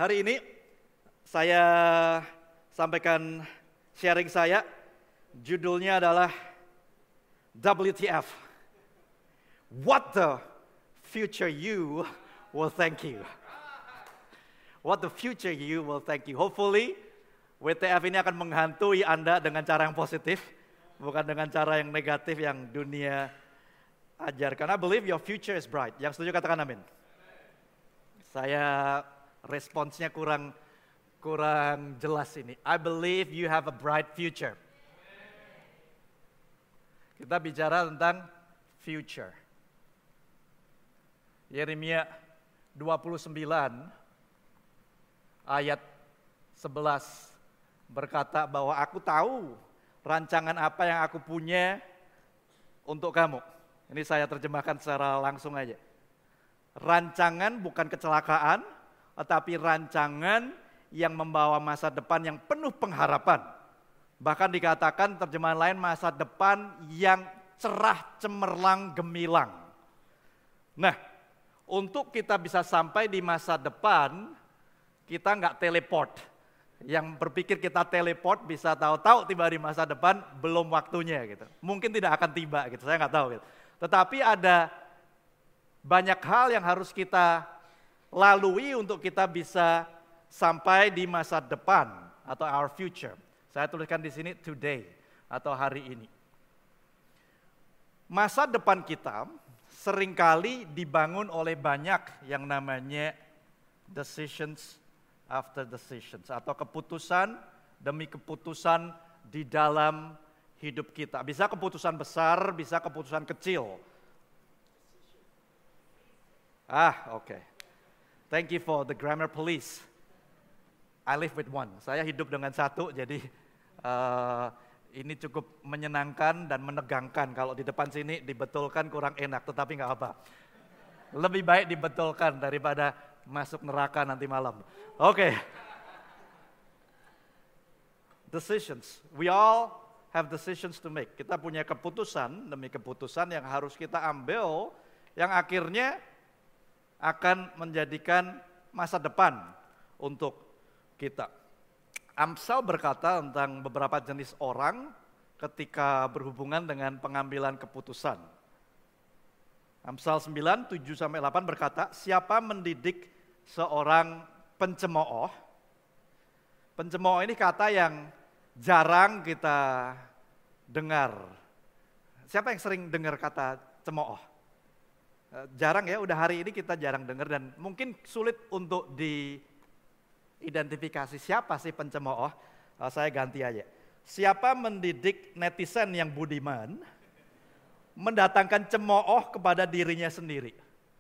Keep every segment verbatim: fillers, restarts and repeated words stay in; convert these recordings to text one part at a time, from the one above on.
Hari ini saya sampaikan sharing saya, judulnya adalah W T F. What the future you will thank you. What the future you will thank you. Hopefully W T F ini akan menghantui Anda dengan cara yang positif, bukan dengan cara yang negatif yang dunia ajarkan. I believe your future is bright. Yang setuju katakan amin. Saya responsnya kurang kurang jelas ini. I believe you have a bright future. Kita bicara tentang future. Yeremia dua puluh sembilan ayat sebelas berkata bahwa aku tahu rancangan apa yang aku punya untuk kamu. Ini saya terjemahkan secara langsung aja. Rancangan bukan kecelakaan, tetapi rancangan yang membawa masa depan yang penuh pengharapan. Bahkan dikatakan terjemahan lain masa depan yang cerah, cemerlang, gemilang. Nah, untuk kita bisa sampai di masa depan, kita nggak teleport. Yang berpikir kita teleport bisa tahu-tahu tiba di masa depan, belum waktunya gitu. Mungkin tidak akan tiba gitu, saya nggak tahu gitu. Tetapi ada banyak hal yang harus kita lalui untuk kita bisa sampai di masa depan atau our future. Saya tuliskan di sini today atau hari ini. Masa depan kita seringkali dibangun oleh banyak yang namanya decisions after decisions atau keputusan demi keputusan di dalam hidup kita. Bisa keputusan besar, bisa keputusan kecil. Ah, oke. Okay. Thank you for the grammar police. I live with one. Saya hidup dengan satu, jadi uh, ini cukup menyenangkan dan menegangkan. Kalau di depan sini dibetulkan kurang enak, tetapi nggak apa. Lebih baik dibetulkan daripada masuk neraka nanti malam. Oke. Okay. Decisions. We all have decisions to make. Kita punya keputusan demi keputusan yang harus kita ambil, yang akhirnya akan menjadikan masa depan untuk kita. Amsal berkata tentang beberapa jenis orang ketika berhubungan dengan pengambilan keputusan. Amsal sembilan, tujuh sampai delapan berkata, siapa mendidik seorang pencemooh? Pencemooh ini kata yang jarang kita dengar. Siapa yang sering dengar kata cemooh? Jarang ya, udah hari ini kita jarang dengar dan mungkin sulit untuk diidentifikasi siapa sih pencemooh. Saya ganti aja. Siapa mendidik netizen yang budiman, mendatangkan cemooh kepada dirinya sendiri.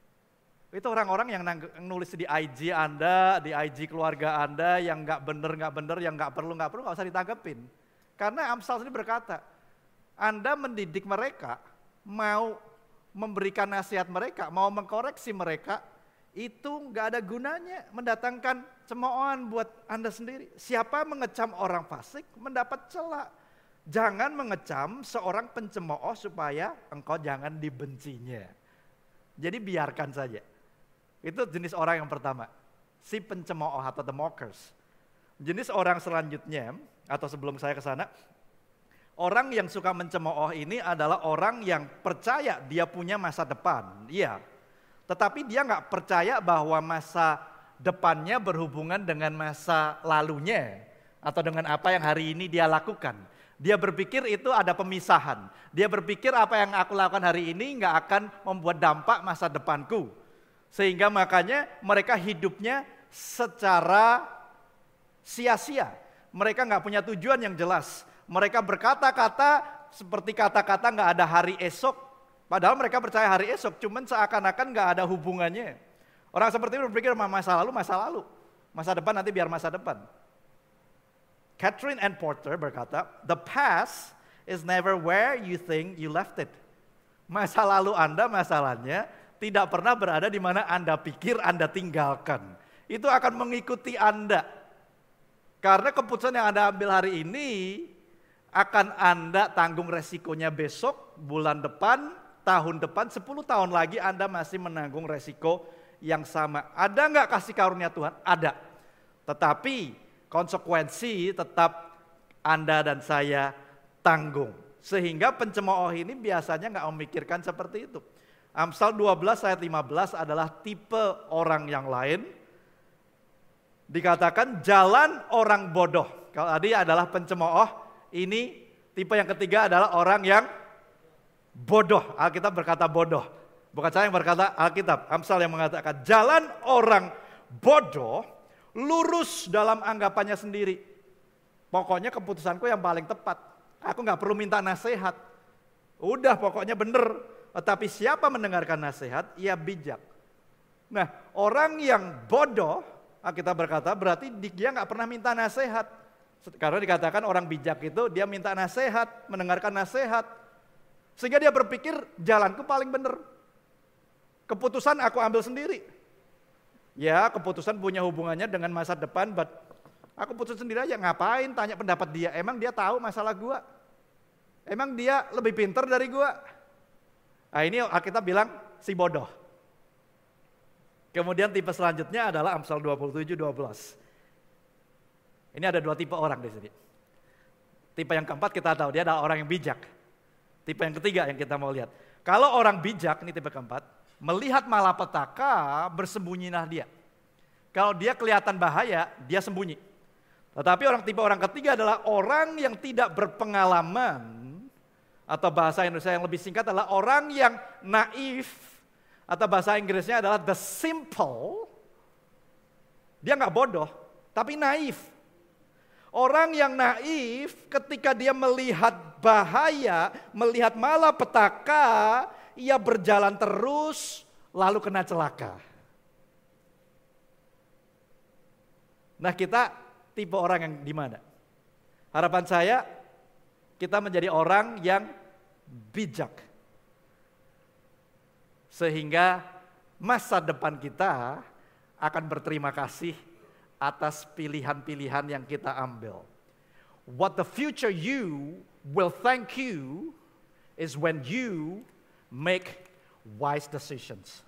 Itu orang-orang yang nulis di I G Anda, di I G keluarga Anda yang nggak bener, nggak bener, yang nggak perlu, nggak perlu, nggak usah ditanggepin. Karena Amsal ini berkata, Anda mendidik mereka, mau memberikan nasihat mereka, mau mengkoreksi mereka, itu nggak ada gunanya mendatangkan cemoohan buat Anda sendiri. Siapa mengecam orang fasik mendapat cela. Jangan mengecam seorang pencemooh supaya engkau jangan dibencinya. Jadi biarkan saja. Itu jenis orang yang pertama, si pencemooh atau the mockers. Jenis orang selanjutnya, atau sebelum saya ke sana, orang yang suka mencemooh ini adalah orang yang percaya dia punya masa depan. Iya, tetapi dia nggak percaya bahwa masa depannya berhubungan dengan masa lalunya atau dengan apa yang hari ini dia lakukan. Dia berpikir itu ada pemisahan. Dia berpikir apa yang aku lakukan hari ini nggak akan membuat dampak masa depanku. Sehingga makanya mereka hidupnya secara sia-sia. Mereka nggak punya tujuan yang jelas. Mereka berkata-kata seperti kata-kata nggak ada hari esok. Padahal mereka percaya hari esok, cuman seakan-akan nggak ada hubungannya. Orang seperti itu berpikir masa lalu, masa lalu. Masa depan nanti biar masa depan. Catherine Ann Porter berkata, the past is never where you think you left it. Masa lalu Anda masalahnya tidak pernah berada di mana Anda pikir Anda tinggalkan. Itu akan mengikuti Anda. Karena keputusan yang Anda ambil hari ini akan Anda tanggung resikonya besok, bulan depan, tahun depan, sepuluh tahun lagi Anda masih menanggung resiko yang sama. Ada nggak kasih karunia Tuhan? Ada. Tetapi konsekuensi tetap Anda dan saya tanggung. Sehingga pencemooh ini biasanya nggak memikirkan seperti itu. Amsal dua belas ayat lima belas adalah tipe orang yang lain. Dikatakan jalan orang bodoh. Kalau tadi adalah pencemooh, ini tipe yang ketiga adalah orang yang bodoh. Alkitab berkata bodoh. Bukan saya yang berkata, Alkitab. Amsal yang mengatakan jalan orang bodoh lurus dalam anggapannya sendiri. Pokoknya keputusanku yang paling tepat. Aku gak perlu minta nasihat. Udah pokoknya bener. Tetapi siapa mendengarkan nasihat, ia bijak. Nah, orang yang bodoh, kita berkata berarti dia gak pernah minta nasihat. Karena dikatakan orang bijak itu dia minta nasihat, mendengarkan nasihat. Sehingga dia berpikir jalanku paling bener. Keputusan aku ambil sendiri. Ya, keputusan punya hubungannya dengan masa depan, but aku putus sendiri aja, ngapain tanya pendapat dia? Emang dia tahu masalah gua? Emang dia lebih pintar dari gua? Nah ini kita bilang si bodoh. Kemudian tipe selanjutnya adalah Amsal dua puluh tujuh dua belas. Ini ada dua tipe orang di sini. Tipe yang keempat kita tahu dia adalah orang yang bijak. Tipe yang ketiga yang kita mau lihat. Kalau orang bijak, ini tipe keempat, melihat malapetaka, bersembunyilah dia. Kalau dia kelihatan bahaya, dia sembunyi. Tetapi orang tipe orang ketiga adalah orang yang tidak berpengalaman, atau bahasa Indonesia yang lebih singkat adalah orang yang naif, atau bahasa Inggrisnya adalah the simple. Dia nggak bodoh, tapi naif. Orang yang naif ketika dia melihat bahaya, melihat malapetaka, ia berjalan terus lalu kena celaka. Nah kita tipe orang yang di mana? Harapan saya kita menjadi orang yang bijak. Sehingga masa depan kita akan berterima kasih atas pilihan-pilihan yang kita ambil. What the future you will thank you is when you make wise decisions.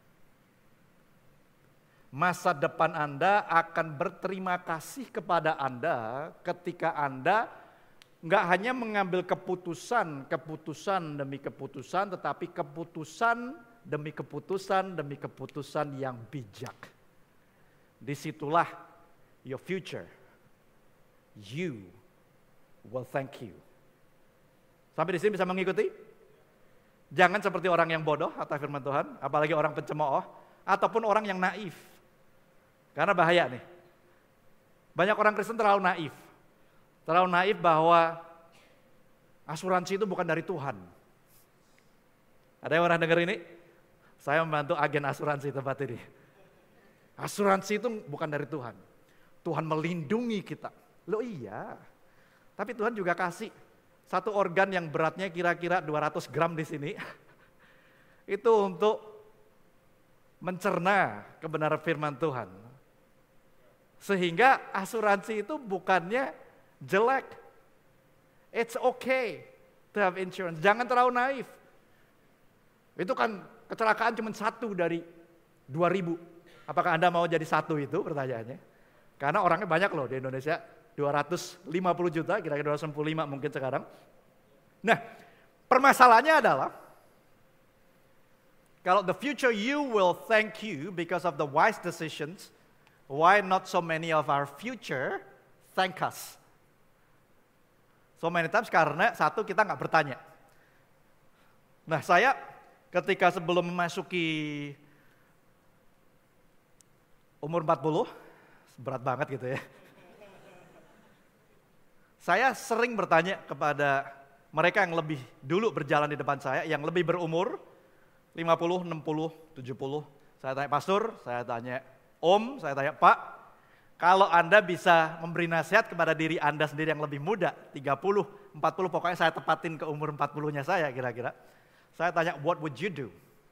Masa depan Anda akan berterima kasih kepada Anda ketika Anda nggak hanya mengambil keputusan, keputusan demi keputusan, tetapi keputusan demi keputusan demi keputusan yang bijak. Disitulah your future, you will thank you. Sampai di sini bisa mengikuti? Jangan seperti orang yang bodoh, kata firman Tuhan, apalagi orang pencemooh, ataupun orang yang naif. Karena bahaya nih. Banyak orang Kristen terlalu naif. Terlalu naif bahwa asuransi itu bukan dari Tuhan. Ada yang pernah dengar ini? Saya membantu agen asuransi tempat ini. Asuransi itu bukan dari Tuhan. Tuhan melindungi kita. Loh iya. Tapi Tuhan juga kasih satu organ yang beratnya kira-kira dua ratus gram di sini. Itu untuk mencerna kebenaran firman Tuhan. Sehingga asuransi itu bukannya jelek. It's okay to have insurance. Jangan terlalu naif. Itu kan kecelakaan cuma satu dari dua ribu. Apakah Anda mau jadi satu itu pertanyaannya? Karena orangnya banyak loh di Indonesia. dua ratus lima puluh juta, kira-kira dua ratus enam puluh lima mungkin sekarang. Nah, permasalahannya adalah kalau the future you will thank you because of the wise decisions, why not so many of our future thank us? So many times karena satu kita nggak bertanya. Nah saya ketika sebelum memasuki umur empat puluh, berat banget gitu ya. Saya sering bertanya kepada mereka yang lebih dulu berjalan di depan saya, yang lebih berumur, lima puluh, enam puluh, tujuh puluh. Saya tanya pastor, saya tanya om, saya tanya pak, kalau Anda bisa memberi nasihat kepada diri Anda sendiri yang lebih muda, tiga puluh, empat puluh, pokoknya saya tepatin ke umur empat puluh-nya saya kira-kira. Saya tanya, what would you do?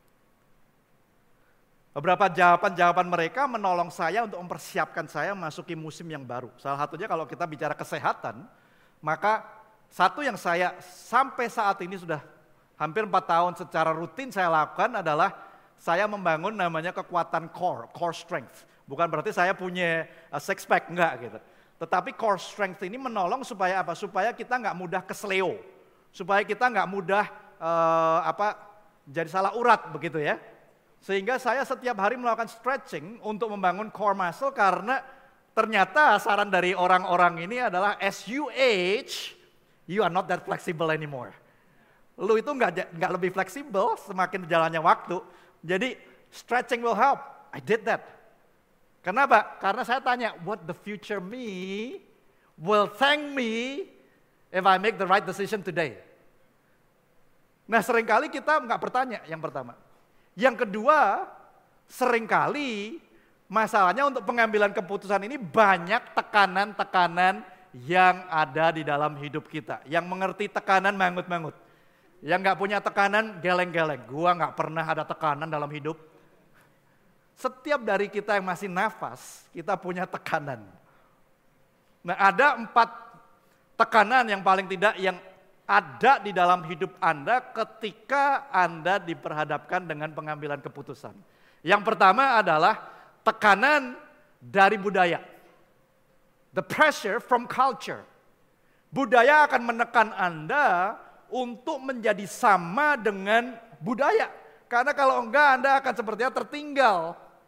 Beberapa jawaban-jawaban mereka menolong saya untuk mempersiapkan saya memasuki musim yang baru. Salah satunya kalau kita bicara kesehatan, maka satu yang saya sampai saat ini sudah hampir empat tahun secara rutin saya lakukan adalah saya membangun namanya kekuatan core, core strength. Bukan berarti saya punya uh, six pack, enggak gitu. Tetapi core strength ini menolong supaya apa? Supaya kita nggak mudah kesleo, supaya kita nggak mudah uh, apa jadi salah urat begitu ya. Sehingga saya setiap hari melakukan stretching untuk membangun core muscle karena ternyata saran dari orang-orang ini adalah as you age, you are not that flexible anymore. Lu itu nggak nggak lebih fleksibel semakin jalannya waktu. Jadi stretching will help. I did that. Kenapa? Karena saya tanya, what the future me will thank me if I make the right decision today. Nah seringkali kita nggak bertanya yang pertama. Yang kedua, seringkali masalahnya untuk pengambilan keputusan ini banyak tekanan-tekanan yang ada di dalam hidup kita. Yang mengerti tekanan mangut-mangut. Yang nggak punya tekanan geleng-geleng. Gua nggak pernah ada tekanan dalam hidup. Setiap dari kita yang masih nafas, kita punya tekanan. Nah ada empat tekanan yang paling tidak yang ada di dalam hidup Anda ketika Anda diperhadapkan dengan pengambilan keputusan. Yang pertama adalah tekanan dari budaya. The pressure from culture. Budaya akan menekan Anda untuk menjadi sama dengan budaya. Karena kalau enggak Anda akan sepertinya tertinggal.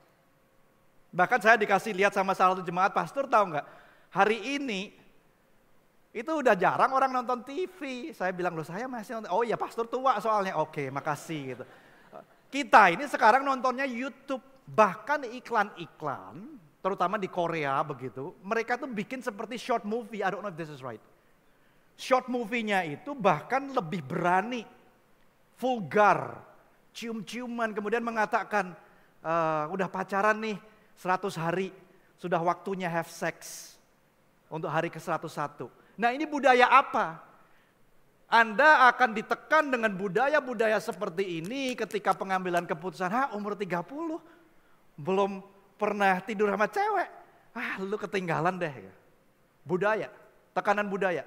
Bahkan saya dikasih lihat sama salah satu jemaat pastor, tahu nggak? Hari ini itu udah jarang orang nonton T V. Saya bilang, loh saya masih nonton. Oh iya pastor tua soalnya. Oke makasih gitu. Kita ini sekarang nontonnya YouTube. Bahkan iklan-iklan, terutama di Korea begitu. Mereka tuh bikin seperti short movie. I don't know if this is right. Short movie-nya itu bahkan lebih berani. Vulgar. Cium-ciuman kemudian mengatakan, e, udah pacaran nih. seratus hari, sudah waktunya have sex untuk hari ke seratus satu. Nah ini budaya apa? Anda akan ditekan dengan budaya-budaya seperti ini ketika pengambilan keputusan, ha umur tiga puluh, belum pernah tidur sama cewek, ah lu ketinggalan deh. Budaya, tekanan budaya.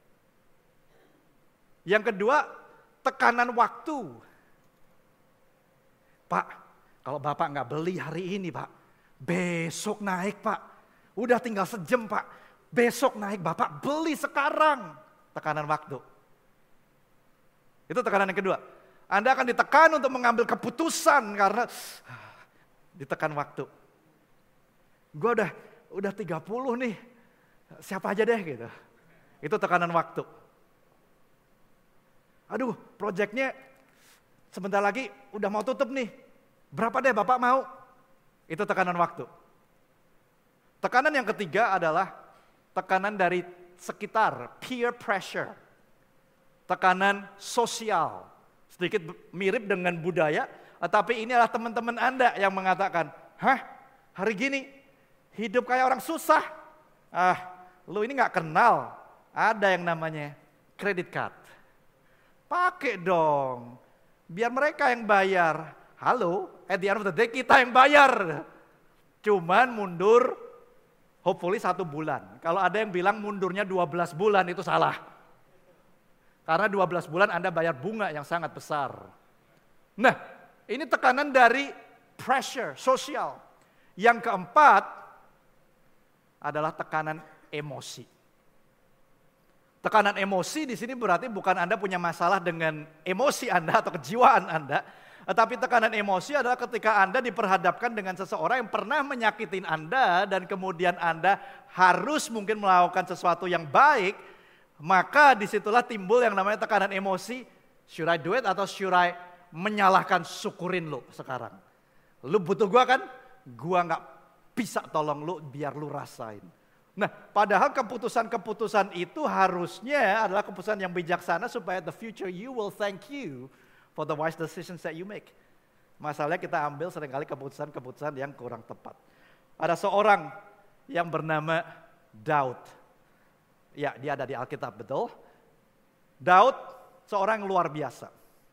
Yang kedua, tekanan waktu. Pak, kalau Bapak nggak beli hari ini Pak, besok naik Pak, udah tinggal sejam Pak, besok naik Bapak beli sekarang. Tekanan waktu. Itu tekanan yang kedua. Anda akan ditekan untuk mengambil keputusan karena ditekan waktu. Gue udah udah tiga puluh nih, siapa aja deh gitu. Itu tekanan waktu. Aduh proyeknya sebentar lagi udah mau tutup nih, berapa deh Bapak mau? Itu tekanan waktu. Tekanan yang ketiga adalah tekanan dari sekitar, peer pressure. Tekanan sosial. Sedikit mirip dengan budaya, tapi ini adalah teman-teman Anda yang mengatakan, hah hari gini hidup kayak orang susah. Ah, lu ini gak kenal, ada yang namanya credit card. Pakai dong, biar mereka yang bayar. Halo, at the end of the day kita yang bayar. Cuman mundur hopefully satu bulan. Kalau ada yang bilang mundurnya dua belas bulan itu salah. Karena dua belas bulan Anda bayar bunga yang sangat besar. Nah, ini tekanan dari pressure sosial. Yang keempat adalah tekanan emosi. Tekanan emosi di sini berarti bukan Anda punya masalah dengan emosi Anda atau kejiwaan Anda. Tetapi tekanan emosi adalah ketika Anda diperhadapkan dengan seseorang yang pernah menyakitin Anda dan kemudian Anda harus mungkin melakukan sesuatu yang baik, maka disitulah timbul yang namanya tekanan emosi. Should I do it atau should I menyalahkan, syukurin lu sekarang. Lu butuh gua kan? Gua gak bisa tolong lu, biar lu rasain. Nah padahal keputusan-keputusan itu harusnya adalah keputusan yang bijaksana supaya the future you will thank you for the wise decisions that you make. Masalahnya kita ambil seringkali keputusan-keputusan yang kurang tepat. Ada seorang yang bernama Daud. Ya, dia ada di Alkitab, betul. Daud seorang yang luar biasa.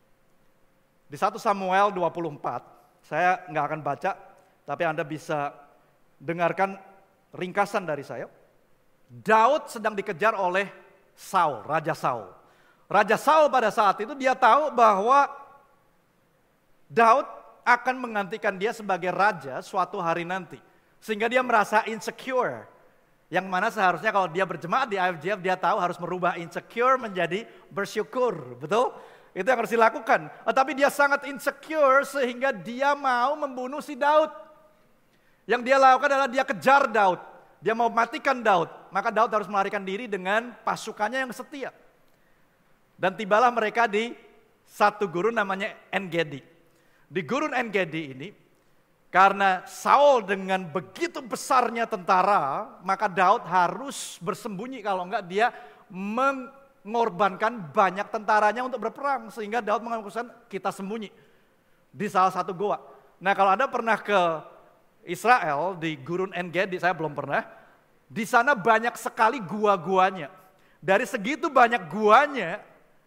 Di satu Samuel dua puluh empat, saya nggak akan baca, tapi Anda bisa dengarkan ringkasan dari saya. Daud sedang dikejar oleh Saul, Raja Saul. Raja Saul pada saat itu dia tahu bahwa Daud akan menggantikan dia sebagai raja suatu hari nanti. Sehingga dia merasa insecure. Yang mana seharusnya kalau dia berjemaat di I F G F, dia tahu harus merubah insecure menjadi bersyukur. Betul? Itu yang harus dilakukan. Tapi dia sangat insecure sehingga dia mau membunuh si Daud. Yang dia lakukan adalah dia kejar Daud. Dia mau matikan Daud. Maka Daud harus melarikan diri dengan pasukannya yang setia. Dan tibalah mereka di satu gurun namanya En-Gedi. Di gurun En-Gedi ini, karena Saul dengan begitu besarnya tentara, maka Daud harus bersembunyi, kalau enggak dia mengorbankan banyak tentaranya untuk berperang. Sehingga Daud memutuskan kita sembunyi di salah satu goa. Nah, kalau Anda pernah ke Israel di gurun En-Gedi, saya belum pernah, di sana banyak sekali gua-guanya. Dari segitu banyak guanya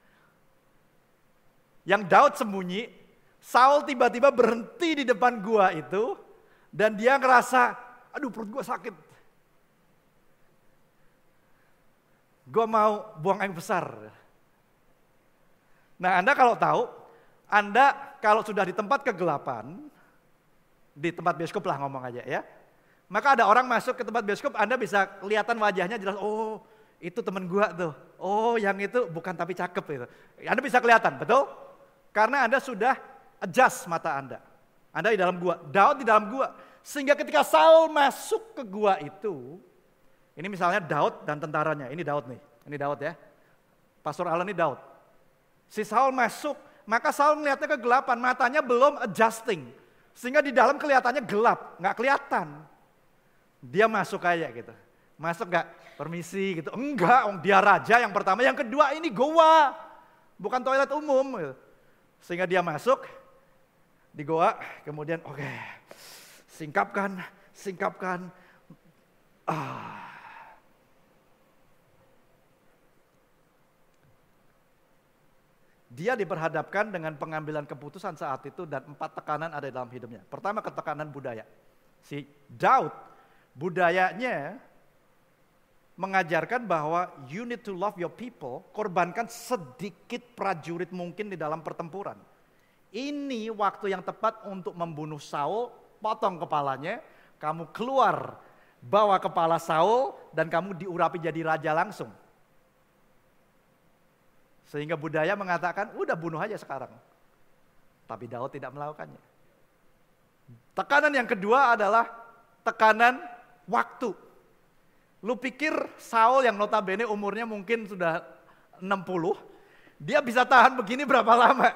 yang Daud sembunyi, Saul tiba-tiba berhenti di depan gua itu dan dia ngerasa, aduh perut gua sakit. Gua mau buang air besar. Nah, Anda kalau tahu, Anda kalau sudah di tempat kegelapan, di tempat bioskop lah ngomong aja ya, maka ada orang masuk ke tempat bioskop, Anda bisa kelihatan wajahnya jelas, oh itu temen gua tuh, oh yang itu bukan tapi cakep itu. Anda bisa kelihatan, betul? Karena Anda sudah adjust mata Anda. Anda di dalam gua, Daud di dalam gua. Sehingga ketika Saul masuk ke gua itu, ini misalnya Daud dan tentaranya, ini Daud nih, ini Daud ya. Pastor Alan ini Daud. Si Saul masuk, maka Saul melihatnya kegelapan, matanya belum adjusting. Sehingga di dalam kelihatannya gelap, nggak kelihatan. Dia masuk kayak gitu. Masuk nggak? Permisi gitu. Enggak, dia raja yang pertama, yang kedua ini goa. Bukan toilet umum gitu. Sehingga dia masuk di goa, kemudian oke, okay, singkapkan, singkapkan. Ah. Dia diperhadapkan dengan pengambilan keputusan saat itu dan empat tekanan ada dalam hidupnya. Pertama, ketekanan budaya. Si Daud, budayanya mengajarkan bahwa you need to love your people, korbankan sedikit prajurit mungkin di dalam pertempuran. Ini waktu yang tepat untuk membunuh Saul, potong kepalanya, kamu keluar, bawa kepala Saul, dan kamu diurapi jadi raja langsung. Sehingga budaya mengatakan, udah bunuh aja sekarang. Tapi Daud tidak melakukannya. Tekanan yang kedua adalah tekanan waktu. Lu pikir Saul yang notabene umurnya mungkin sudah enam puluh, dia bisa tahan begini berapa lama?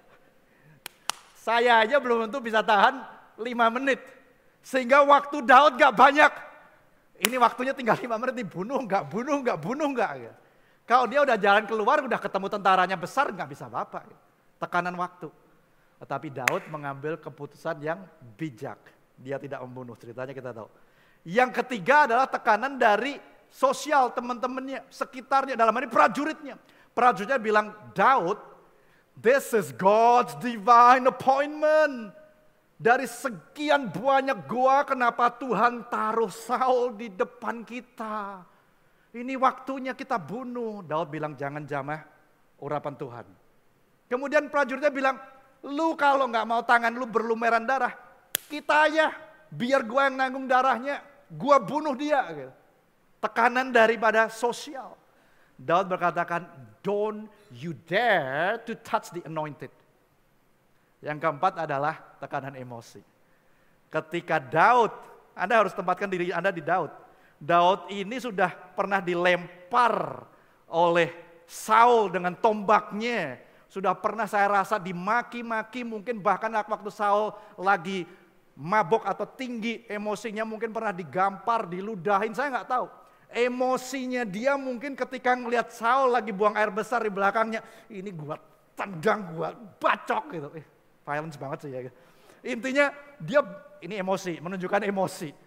Saya aja belum tentu bisa tahan lima menit. Sehingga waktu Daud gak banyak. Ini waktunya tinggal lima menit nih, bunuh gak, bunuh gak, bunuh gak. Kalau dia udah jalan keluar, udah ketemu tentaranya besar, gak bisa apa-apa. Tekanan waktu. Tetapi Daud mengambil keputusan yang bijak. Dia tidak membunuh, ceritanya kita tahu. Yang ketiga adalah tekanan dari sosial teman-temannya, sekitarnya, dalam ini prajuritnya. Prajuritnya bilang, Daud, this is God's divine appointment. Dari sekian banyak gua, kenapa Tuhan taruh Saul di depan kita? Ini waktunya kita bunuh. Daud bilang, jangan jamah urapan Tuhan. Kemudian prajuritnya bilang, lu kalau nggak mau tangan lu berlumeran darah, kita aja, biar gua yang nanggung darahnya, gua bunuh dia. Tekanan daripada sosial. Daud berkatakan, don't you dare to touch the anointed. Yang keempat adalah tekanan emosi. Ketika Daud, Anda harus tempatkan diri Anda di Daud. Daud ini sudah pernah dilempar oleh Saul dengan tombaknya. Sudah pernah saya rasa dimaki-maki, mungkin bahkan waktu Saul lagi mabok atau tinggi emosinya, mungkin pernah digampar, diludahin, saya nggak tahu. Emosinya dia mungkin ketika ngelihat Saul lagi buang air besar di belakangnya, ini gua tendang, gua bacok gitu. Eh, violence banget sih ya. Intinya dia ini emosi, menunjukkan emosi.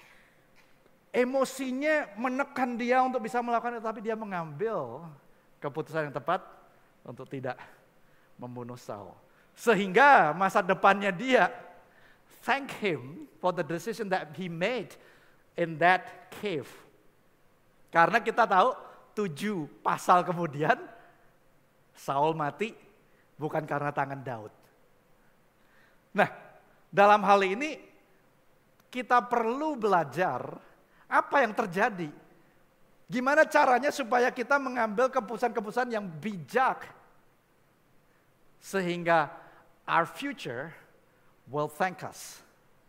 Emosinya menekan dia untuk bisa melakukan itu, tapi dia mengambil keputusan yang tepat untuk tidak membunuh Saul. Sehingga masa depannya dia, thank him for the decision that he made in that cave. Karena kita tahu tujuh pasal kemudian Saul mati bukan karena tangan Daud. Nah, dalam hal ini kita perlu belajar apa yang terjadi. Gimana caranya supaya kita mengambil keputusan-keputusan yang bijak. Sehingga our future will thank us.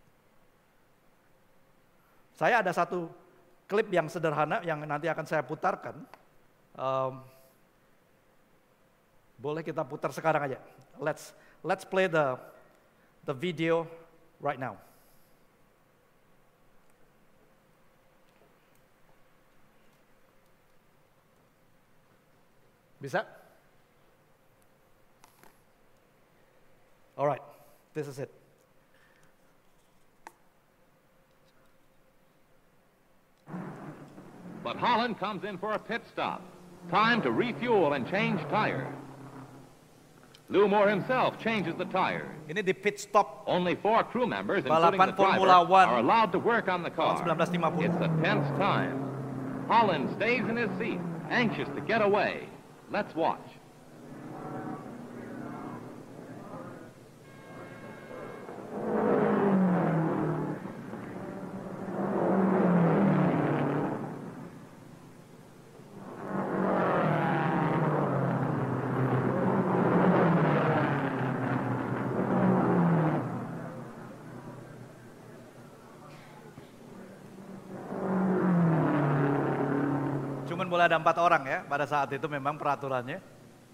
Saya ada satu klip yang sederhana yang nanti akan saya putarkan. Um, boleh kita putar sekarang aja. Let's let's play the the video right now. Bisa? Alright, this is it. But Holland comes in for a pit stop. Time to refuel and change tire. Lou Moore himself changes the tire. Ini di pit stop. Only four crew members, Balapan including the driver, Formula One are allowed to work on the car. tahun seribu sembilan ratus lima puluh. It's a tense time. Holland stays in his seat, anxious to get away. Let's watch. Cuman boleh ada empat orang ya, pada saat itu memang peraturannya.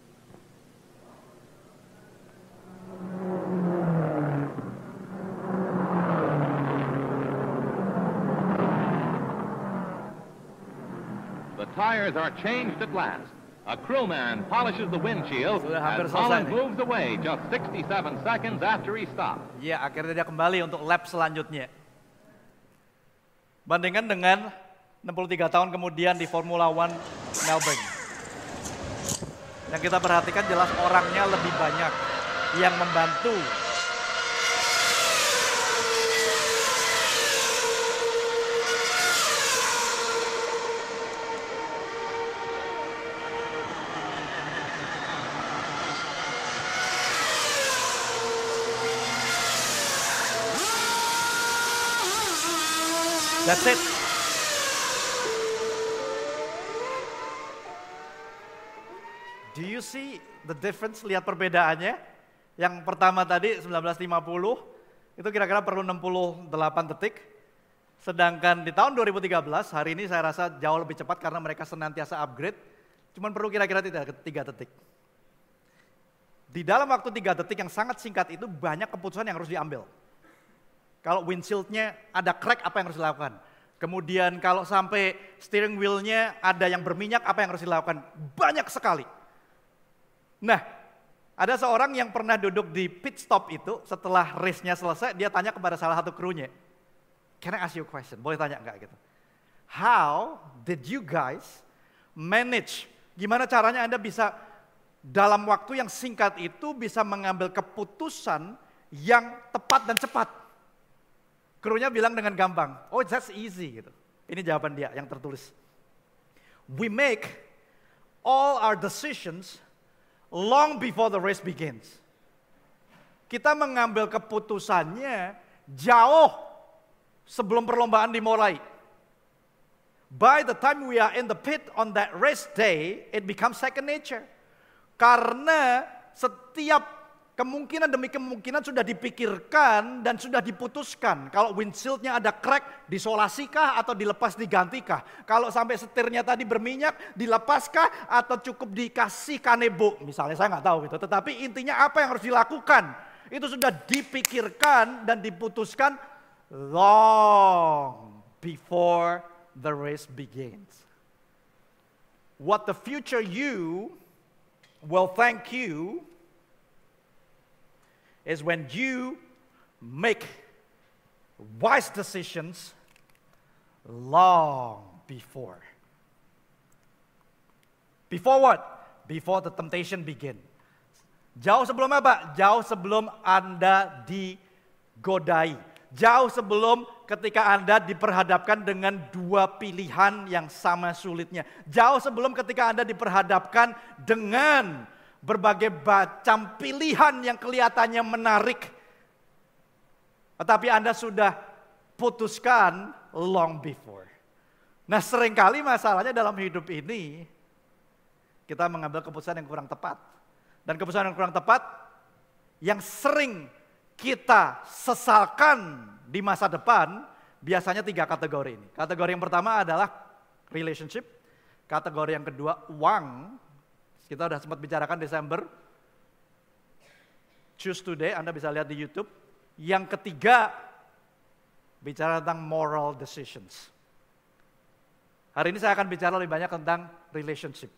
The tires are changed at last. A crewman polishes the windshield Sudah hampir as selesai Holland nih. moves away just sixty-seven seconds after he stopped. Ya, akhirnya dia kembali untuk lap selanjutnya. Bandingkan dengan enam puluh tiga tahun kemudian di Formula One Melbourne. Yang kita perhatikan jelas orangnya lebih banyak yang membantu. That's it. Do you see the difference? Lihat perbedaannya. Yang pertama tadi seribu sembilan ratus lima puluh itu kira-kira perlu enam puluh delapan detik. Sedangkan di tahun dua ribu tiga belas hari ini saya rasa jauh lebih cepat karena mereka senantiasa upgrade. Cuman perlu kira-kira tiga detik. Di dalam waktu tiga detik yang sangat singkat itu banyak keputusan yang harus diambil. Kalau windshield-nya ada crack, apa yang harus dilakukan? Kemudian kalau sampai steering wheel-nya ada yang berminyak, apa yang harus dilakukan? Banyak sekali. Nah, ada seorang yang pernah duduk di pit stop itu, setelah race-nya selesai, dia tanya kepada salah satu krunya, "Can I ask you a question?" Boleh tanya enggak gitu? "How did you guys manage?" Gimana caranya Anda bisa dalam waktu yang singkat itu bisa mengambil keputusan yang tepat dan cepat? Krunya bilang dengan gampang, "Oh, that's easy." Gitu. Ini jawaban dia yang tertulis. "We make all our decisions long before the race begins." Kita mengambil keputusannya jauh sebelum perlombaan dimulai. By the time we are in the pit on that race day, it becomes second nature. Karena setiap kemungkinan demi kemungkinan sudah dipikirkan dan sudah diputuskan. Kalau windshield-nya ada crack, disolasikah atau dilepas digantikah? Kalau sampai setirnya tadi berminyak, dilepaskah atau cukup dikasih kanebo? Misalnya saya nggak tahu gitu. Tetapi intinya apa yang harus dilakukan? Itu sudah dipikirkan dan diputuskan long before the race begins. What the future you will thank you is when you make wise decisions long before. Before what? Before the temptation begin. Jauh sebelum apa? Jauh sebelum Anda digodai. Jauh sebelum ketika Anda diperhadapkan dengan dua pilihan yang sama sulitnya. Jauh sebelum ketika Anda diperhadapkan dengan berbagai macam pilihan yang kelihatannya menarik. Tetapi Anda sudah putuskan long before. Nah, seringkali masalahnya dalam hidup ini, kita mengambil keputusan yang kurang tepat. Dan keputusan yang kurang tepat, yang sering kita sesalkan di masa depan, biasanya tiga kategori ini. Kategori yang pertama adalah relationship. Kategori yang kedua, uang. Kita sudah sempat bicarakan Desember. Choose Today, Anda bisa lihat di YouTube. Yang ketiga, bicara tentang moral decisions. Hari ini saya akan bicara lebih banyak tentang relationship.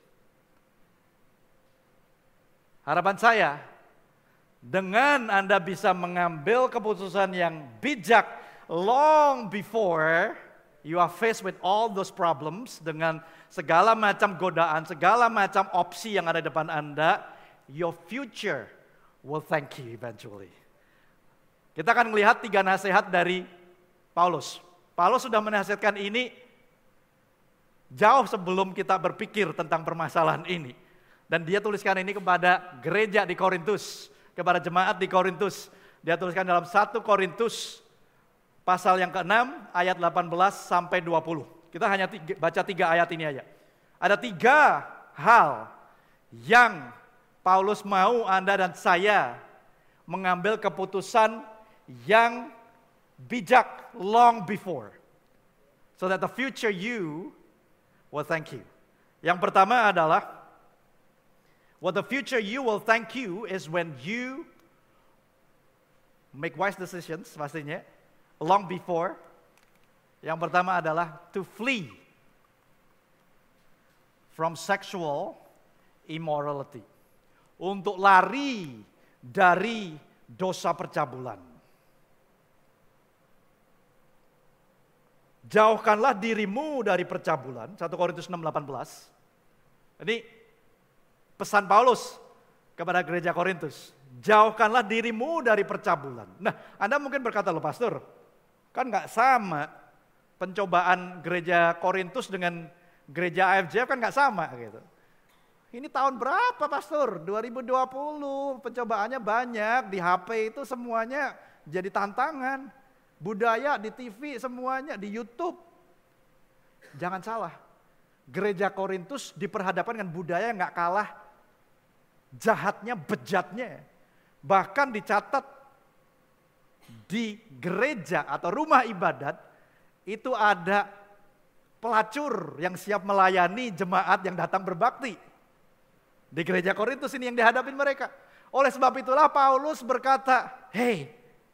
Harapan saya, dengan Anda bisa mengambil keputusan yang bijak long before you are faced with all those problems, dengan segala macam godaan, segala macam opsi yang ada di depan Anda, your future will thank you eventually. Kita akan melihat tiga nasihat dari Paulus. Paulus sudah menasihatkan ini jauh sebelum kita berpikir tentang permasalahan ini. Dan dia tuliskan ini kepada gereja di Korintus, kepada jemaat di Korintus. Dia tuliskan dalam satu Korintus pasal yang keenam ayat delapan belas sampai dua puluh. Kita hanya tiga, baca tiga ayat ini aja. Ada tiga hal yang Paulus mau Anda dan saya mengambil keputusan yang bijak long before. So that the future you will thank you. Yang pertama adalah, what the future you will thank you is when you make wise decisions, pastinya, long before. Yang pertama adalah to flee from sexual immorality. Untuk lari dari dosa percabulan. Jauhkanlah dirimu dari percabulan. satu Korintus enam delapan belas. Ini pesan Paulus kepada gereja Korintus. Jauhkanlah dirimu dari percabulan. Nah, Anda mungkin berkata, loh pastor, kan gak sama pencobaan gereja Korintus dengan gereja A F J F kan gak sama gitu. Ini tahun berapa pastor? dua ribu dua puluh, pencobaannya banyak, di H P itu semuanya jadi tantangan. Budaya di T V semuanya, di YouTube. Jangan salah, gereja Korintus diperhadapkan dengan budaya yang gak kalah jahatnya, bejatnya. Bahkan dicatat di gereja atau rumah ibadat, itu ada pelacur yang siap melayani jemaat yang datang berbakti. Di gereja Korintus ini yang dihadapin mereka. Oleh sebab itulah Paulus berkata, hey,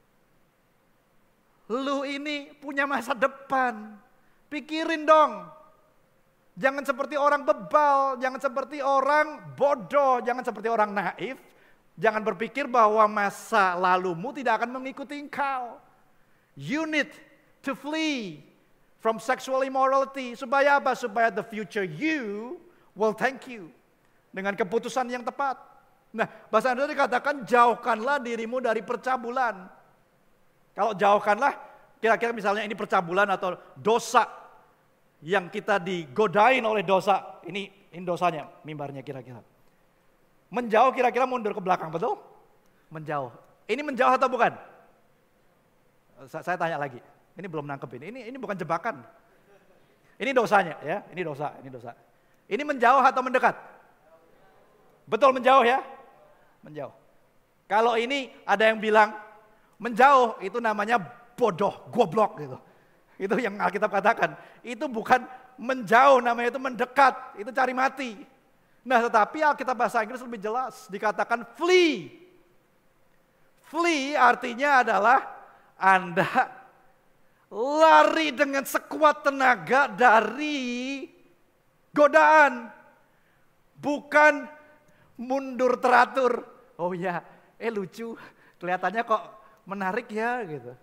lu ini punya masa depan. Pikirin dong. Jangan seperti orang bebal, jangan seperti orang bodoh, jangan seperti orang naif. Jangan berpikir bahwa masa lalumu tidak akan mengikuti engkau. You need to flee from sexual immorality. Supaya apa? Supaya the future you will thank you. Dengan keputusan yang tepat. Nah, bahasa Indonesia dikatakan jauhkanlah dirimu dari percabulan. Kalau jauhkanlah, kira-kira misalnya ini percabulan atau dosa yang kita digodain oleh dosa. Ini, ini dosanya, mimbarnya kira-kira. Menjauh kira-kira mundur ke belakang, betul? Menjauh. Ini menjauh atau bukan? Saya tanya lagi. Ini belum nangkep ini. Ini ini bukan jebakan. Ini dosanya ya. Ini dosa, ini dosa. Ini menjauh atau mendekat? Betul menjauh ya? Menjauh. Kalau ini ada yang bilang menjauh itu namanya bodoh, goblok gitu. Itu yang Alkitab katakan. Itu bukan menjauh, namanya itu mendekat, itu cari mati. Nah, tetapi Alkitab bahasa Inggris lebih jelas, dikatakan flee. Flee artinya adalah Anda lari dengan sekuat tenaga dari godaan. Bukan mundur teratur. Oh ya, eh lucu, kelihatannya kok menarik ya gitu.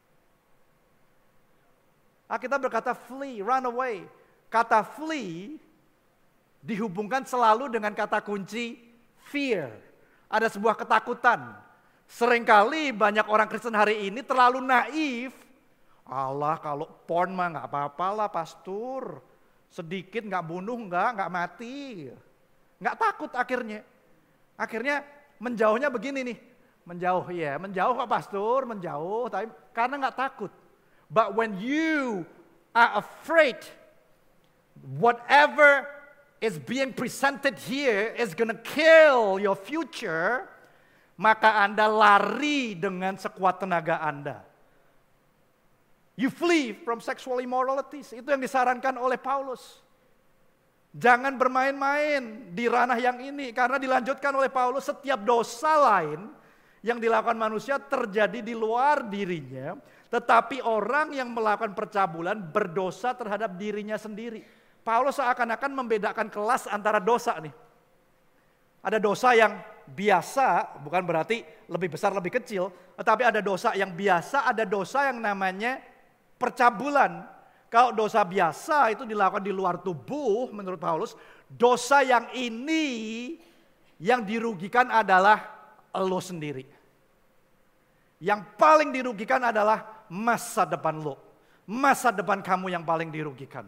Alkitab berkata flee, run away. Kata flee dihubungkan selalu dengan kata kunci fear. Ada sebuah ketakutan. Seringkali banyak orang Kristen hari ini terlalu naif. Allah, kalau porn mah gak apa-apa lah pastor. Sedikit gak bunuh, gak, gak mati. Gak takut akhirnya. Akhirnya menjauhnya begini nih. Menjauh ya, menjauh kok pastor, menjauh. Tapi karena gak takut. But when you are afraid, whatever is being presented here is gonna kill your future, maka Anda lari dengan sekuat tenaga Anda. You flee from sexual immoralities. Itu yang disarankan oleh Paulus. Jangan bermain-main di ranah yang ini. Karena dilanjutkan oleh Paulus, setiap dosa lain yang dilakukan manusia terjadi di luar dirinya. Tetapi orang yang melakukan percabulan berdosa terhadap dirinya sendiri. Paulus seakan-akan membedakan kelas antara dosa nih. Ada dosa yang biasa, bukan berarti lebih besar lebih kecil. Tetapi ada dosa yang biasa, ada dosa yang namanya percabulan. Kalau dosa biasa itu dilakukan di luar tubuh menurut Paulus. Dosa yang ini yang dirugikan adalah lo sendiri. Yang paling dirugikan adalah masa depan lo. Masa depan kamu yang paling dirugikan.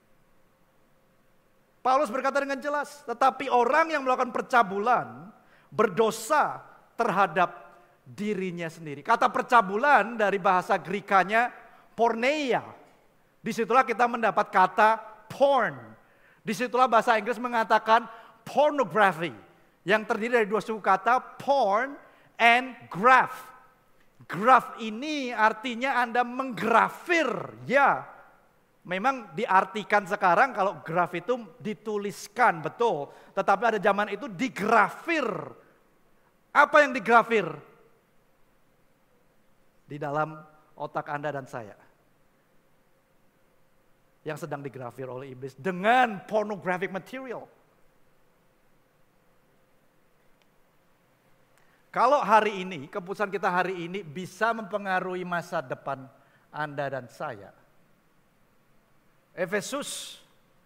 Paulus berkata dengan jelas, tetapi orang yang melakukan percabulan berdosa terhadap dirinya sendiri. Kata percabulan dari bahasa Grekanya porneia. Disitulah kita mendapat kata porn. Disitulah bahasa Inggris mengatakan pornography. Yang terdiri dari dua suku kata porn and graph. Graph ini artinya Anda menggrafir, ya. Memang diartikan sekarang kalau graf itu dituliskan, betul. Tetapi ada zaman itu digrafir. Apa yang digrafir? Di dalam otak Anda dan saya. Yang sedang digrafir oleh iblis dengan pornographic material. Kalau hari ini, keputusan kita hari ini bisa mempengaruhi masa depan Anda dan saya. Efesus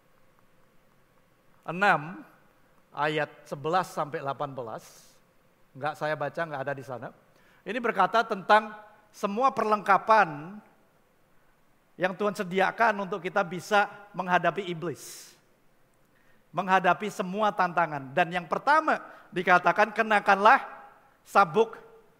enam ayat sebelas sampai delapan belas. Enggak saya baca, enggak ada di sana. Ini berkata tentang semua perlengkapan yang Tuhan sediakan untuk kita bisa menghadapi iblis. Menghadapi semua tantangan. Dan yang pertama dikatakan kenakanlah sabuk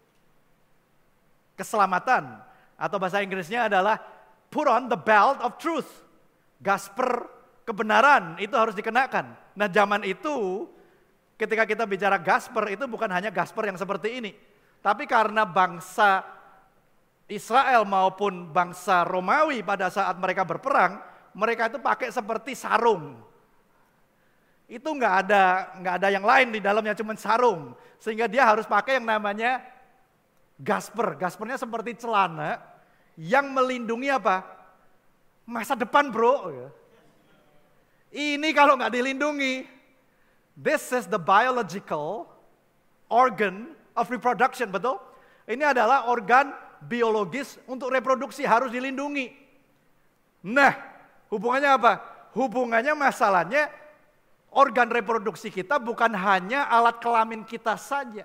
keselamatan. Atau bahasa Inggrisnya adalah put on the belt of truth. Gasper kebenaran itu harus dikenakan. Nah zaman itu ketika kita bicara gasper itu bukan hanya gasper yang seperti ini. Tapi karena bangsa Israel maupun bangsa Romawi pada saat mereka berperang, mereka itu pakai seperti sarung. Itu nggak ada nggak ada yang lain di dalamnya, cuma sarung. Sehingga dia harus pakai yang namanya gasper. Gaspernya seperti celana yang melindungi apa? Masa depan bro. Ini kalau nggak dilindungi, this is the biological organ of reproduction, betul? Ini adalah organ biologis untuk reproduksi, harus dilindungi. Nah, hubungannya apa? Hubungannya masalahnya organ reproduksi kita bukan hanya alat kelamin kita saja.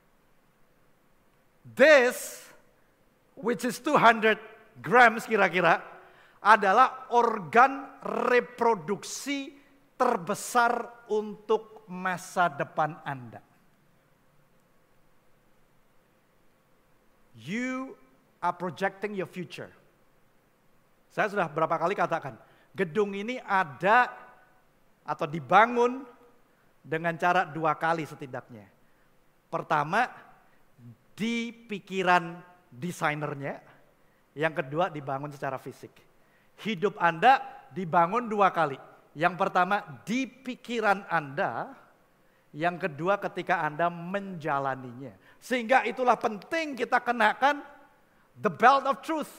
This, which is two hundred grams kira-kira, adalah organ reproduksi terbesar untuk masa depan Anda. You are projecting your future. Saya sudah berapa kali katakan, gedung ini ada atau dibangun dengan cara dua kali setidaknya. Pertama, di pikiran desainernya. Yang kedua, dibangun secara fisik. Hidup Anda dibangun dua kali. Yang pertama di pikiran Anda, yang kedua ketika Anda menjalaninya. Sehingga itulah penting kita kenakan the belt of truth.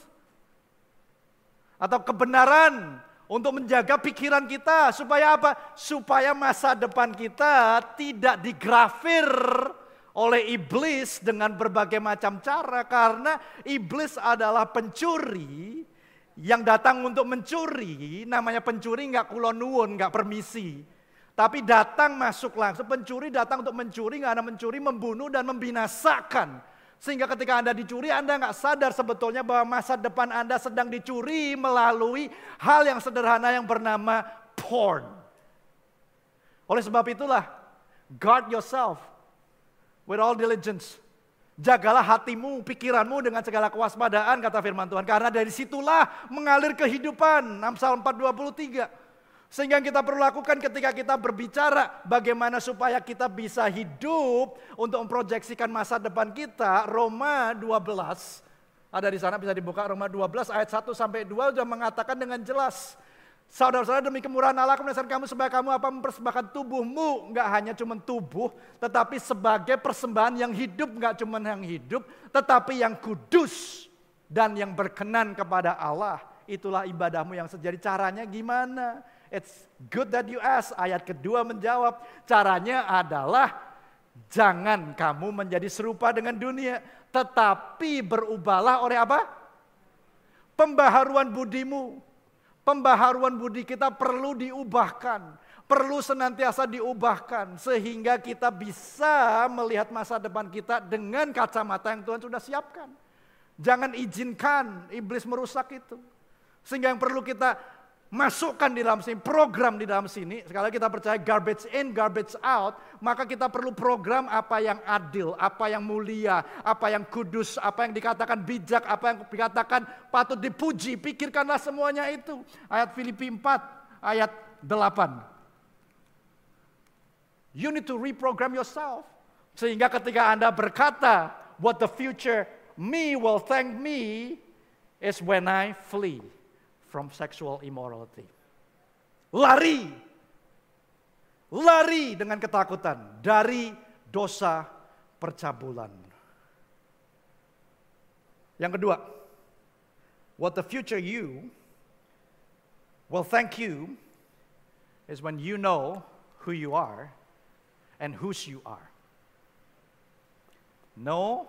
Atau kebenaran untuk menjaga pikiran kita. Supaya apa? Supaya masa depan kita tidak digrafir oleh iblis dengan berbagai macam cara. Karena iblis adalah pencuri yang datang untuk mencuri. Namanya pencuri nggak kulonuwun, nggak permisi. Tapi datang masuk langsung. Pencuri datang untuk mencuri, nggak ada mencuri, membunuh dan membinasakan. Sehingga ketika Anda dicuri, Anda nggak sadar sebetulnya bahwa masa depan Anda sedang dicuri melalui hal yang sederhana yang bernama porn. Oleh sebab itulah, guard yourself with all diligence. Jagalah hatimu, pikiranmu dengan segala kewaspadaan, kata firman Tuhan. Karena dari situlah mengalir kehidupan, Amsal empat dua puluh tiga. Sehingga yang kita perlu lakukan ketika kita berbicara bagaimana supaya kita bisa hidup untuk memproyeksikan masa depan kita, Roma dua belas, ada di sana bisa dibuka, Roma dua belas ayat satu sampai dua sudah mengatakan dengan jelas. Saudara-saudara, demi kemurahan Allah aku menasihkan kamu supaya kamu apa mempersembahkan tubuhmu, enggak hanya cuma tubuh, tetapi sebagai persembahan yang hidup, enggak cuma yang hidup, tetapi yang kudus dan yang berkenan kepada Allah. Itulah ibadahmu yang sejati. Caranya gimana? It's good that you ask. Ayat kedua menjawab, caranya adalah jangan kamu menjadi serupa dengan dunia, tetapi berubahlah oleh apa? Pembaharuan budimu. Pembaharuan budi kita perlu diubahkan, perlu senantiasa diubahkan sehingga kita bisa melihat masa depan kita dengan kacamata yang Tuhan sudah siapkan. Jangan izinkan iblis merusak itu. Sehingga yang perlu kita masukkan di dalam sini, program di dalam sini, sekali lagi kita percaya garbage in, garbage out, maka kita perlu program apa yang adil, apa yang mulia, apa yang kudus, apa yang dikatakan bijak, apa yang dikatakan patut dipuji, pikirkanlah semuanya itu. Ayat Filipi empat, ayat delapan. You need to reprogram yourself. Sehingga ketika Anda berkata, what the future me will thank me is when I flee from sexual immorality. Lari. Lari dengan ketakutan dari dosa percabulan. Yang kedua, what the future you will thank you is when you know who you are and whose you are. Know,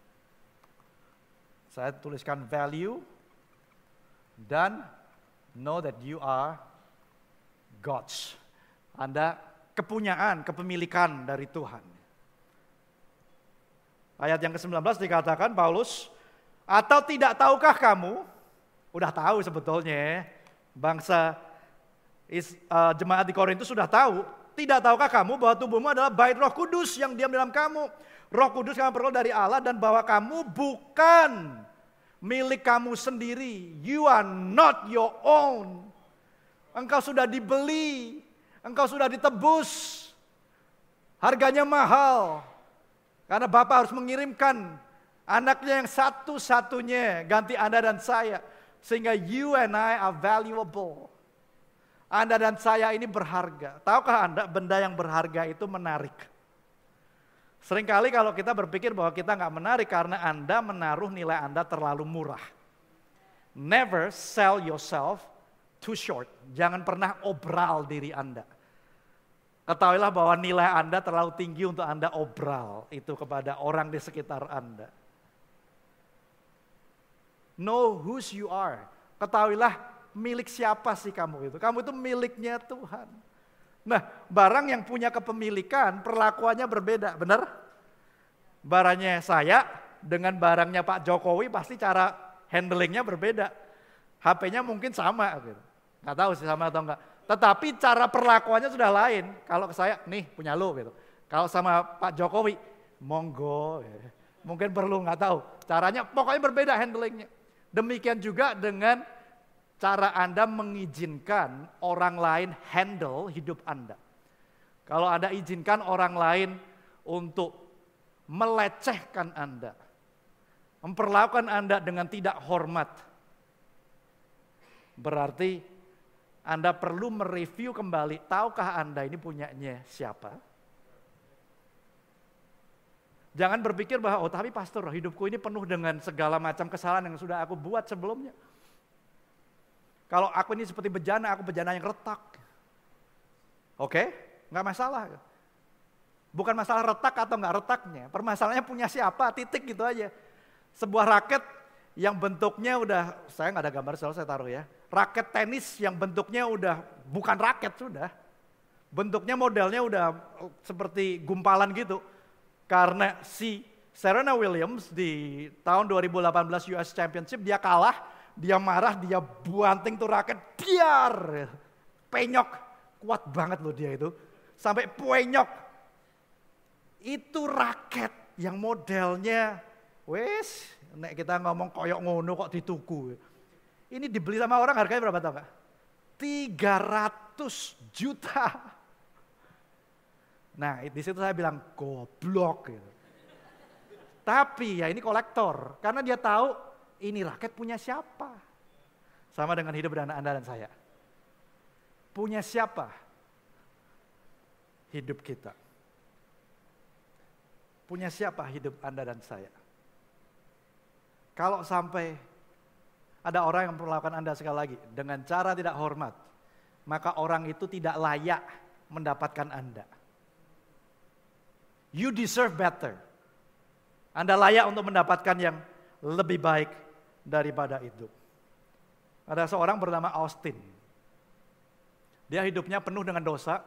saya tuliskan value, dan know that you are God's. Anda kepunyaan, kepemilikan dari Tuhan. Ayat yang ke sembilan belas dikatakan Paulus, atau tidak tahukah kamu, udah tahu sebetulnya, bangsa is, uh, jemaat di Korintus sudah tahu, tidak tahukah kamu bahwa tubuhmu adalah bait Roh Kudus yang diam dalam kamu. Roh Kudus kamu peroleh dari Allah dan bahwa kamu bukan milik kamu sendiri. You are not your own. Engkau sudah dibeli. Engkau sudah ditebus. Harganya mahal. Karena Bapa harus mengirimkan anaknya yang satu-satunya ganti Anda dan saya. Sehingga you and I are valuable. Anda dan saya ini berharga. Tahukah Anda benda yang berharga itu menarik? Seringkali kalau kita berpikir bahwa kita nggak menarik karena Anda menaruh nilai Anda terlalu murah. Never sell yourself too short. Jangan pernah obral diri Anda. Ketahuilah bahwa nilai Anda terlalu tinggi untuk Anda obral itu kepada orang di sekitar Anda. Know whose you are. Ketahuilah milik siapa sih kamu itu. Kamu itu miliknya Tuhan. Nah, barang yang punya kepemilikan perlakuannya berbeda, benar? Barangnya saya dengan barangnya Pak Jokowi pasti cara handlingnya berbeda. H P-nya mungkin sama, gitu. Nggak tahu sih sama atau enggak. Tetapi cara perlakuannya sudah lain. Kalau ke saya, nih punya lo, gitu. Kalau sama Pak Jokowi, monggo. Gitu. Mungkin perlu nggak tahu. Caranya pokoknya berbeda handlingnya. Demikian juga dengan cara Anda mengizinkan orang lain handle hidup Anda. Kalau Anda izinkan orang lain untuk melecehkan Anda, memperlakukan Anda dengan tidak hormat, berarti Anda perlu mereview kembali, tahukah Anda ini punyanya siapa? Jangan berpikir bahwa, oh tapi pastor, hidupku ini penuh dengan segala macam kesalahan yang sudah aku buat sebelumnya. Kalau aku ini seperti bejana, aku bejana yang retak. Oke, nggak masalah. Bukan masalah retak atau nggak retaknya. Permasalahannya punya siapa, titik gitu aja. Sebuah raket yang bentuknya udah, saya nggak ada gambar selalu saya taruh ya. Raket tenis yang bentuknya udah bukan raket sudah. Bentuknya modelnya udah seperti gumpalan gitu. Karena si Serena Williams di tahun dua ribu delapan belas U S Championship dia kalah. Dia marah, dia banting tuh raket, diar, penyok, kuat banget loh dia itu, sampai penyok. Itu raket yang modelnya, wes, nek kita ngomong koyok ngono kok dituku. Ini dibeli sama orang harganya berapa tau gak? tiga ratus juta. Nah di situ saya bilang goblok gitu. Tapi ya ini kolektor, karena dia tahu ini raket punya siapa. Sama dengan hidup dan Anda dan saya. Punya siapa? Hidup kita. Punya siapa hidup Anda dan saya? Kalau sampai ada orang yang memperlakukan Anda sekali lagi dengan cara tidak hormat, maka orang itu tidak layak mendapatkan Anda. You deserve better. Anda layak untuk mendapatkan yang lebih baik daripada itu. Ada seorang bernama Austin. Dia hidupnya penuh dengan dosa.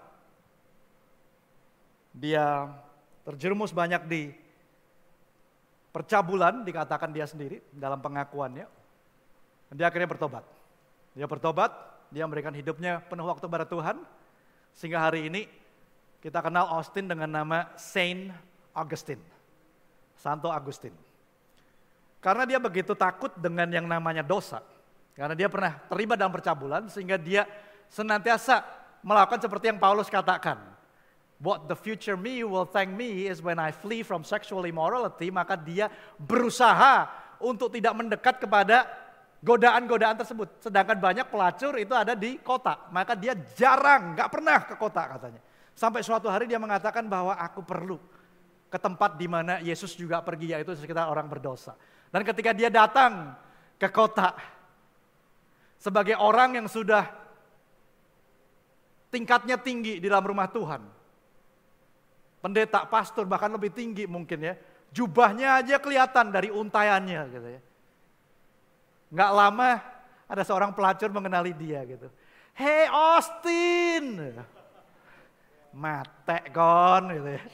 Dia terjerumus banyak di percabulan, dikatakan dia sendiri dalam pengakuannya. Dia akhirnya bertobat. Dia bertobat, dia memberikan hidupnya penuh waktu pada Tuhan. Sehingga hari ini kita kenal Austin dengan nama Saint Augustine. Santo Agustin. Karena dia begitu takut dengan yang namanya dosa. Karena dia pernah terlibat dalam percabulan sehingga dia senantiasa melakukan seperti yang Paulus katakan. What the future me will thank me is when I flee from sexual immorality. Maka dia berusaha untuk tidak mendekat kepada godaan-godaan tersebut. Sedangkan banyak pelacur itu ada di kota. Maka dia jarang, gak pernah ke kota katanya. Sampai suatu hari dia mengatakan bahwa aku perlu ke tempat di mana Yesus juga pergi, yaitu sekitar orang berdosa. Dan ketika dia datang ke kota, sebagai orang yang sudah tingkatnya tinggi di dalam rumah Tuhan, pendeta, pastor, bahkan lebih tinggi mungkin ya, jubahnya aja kelihatan dari untaiannya gitu ya. Nggak lama ada seorang pelacur mengenali dia gitu. Hey Austin, mate kon gitu ya.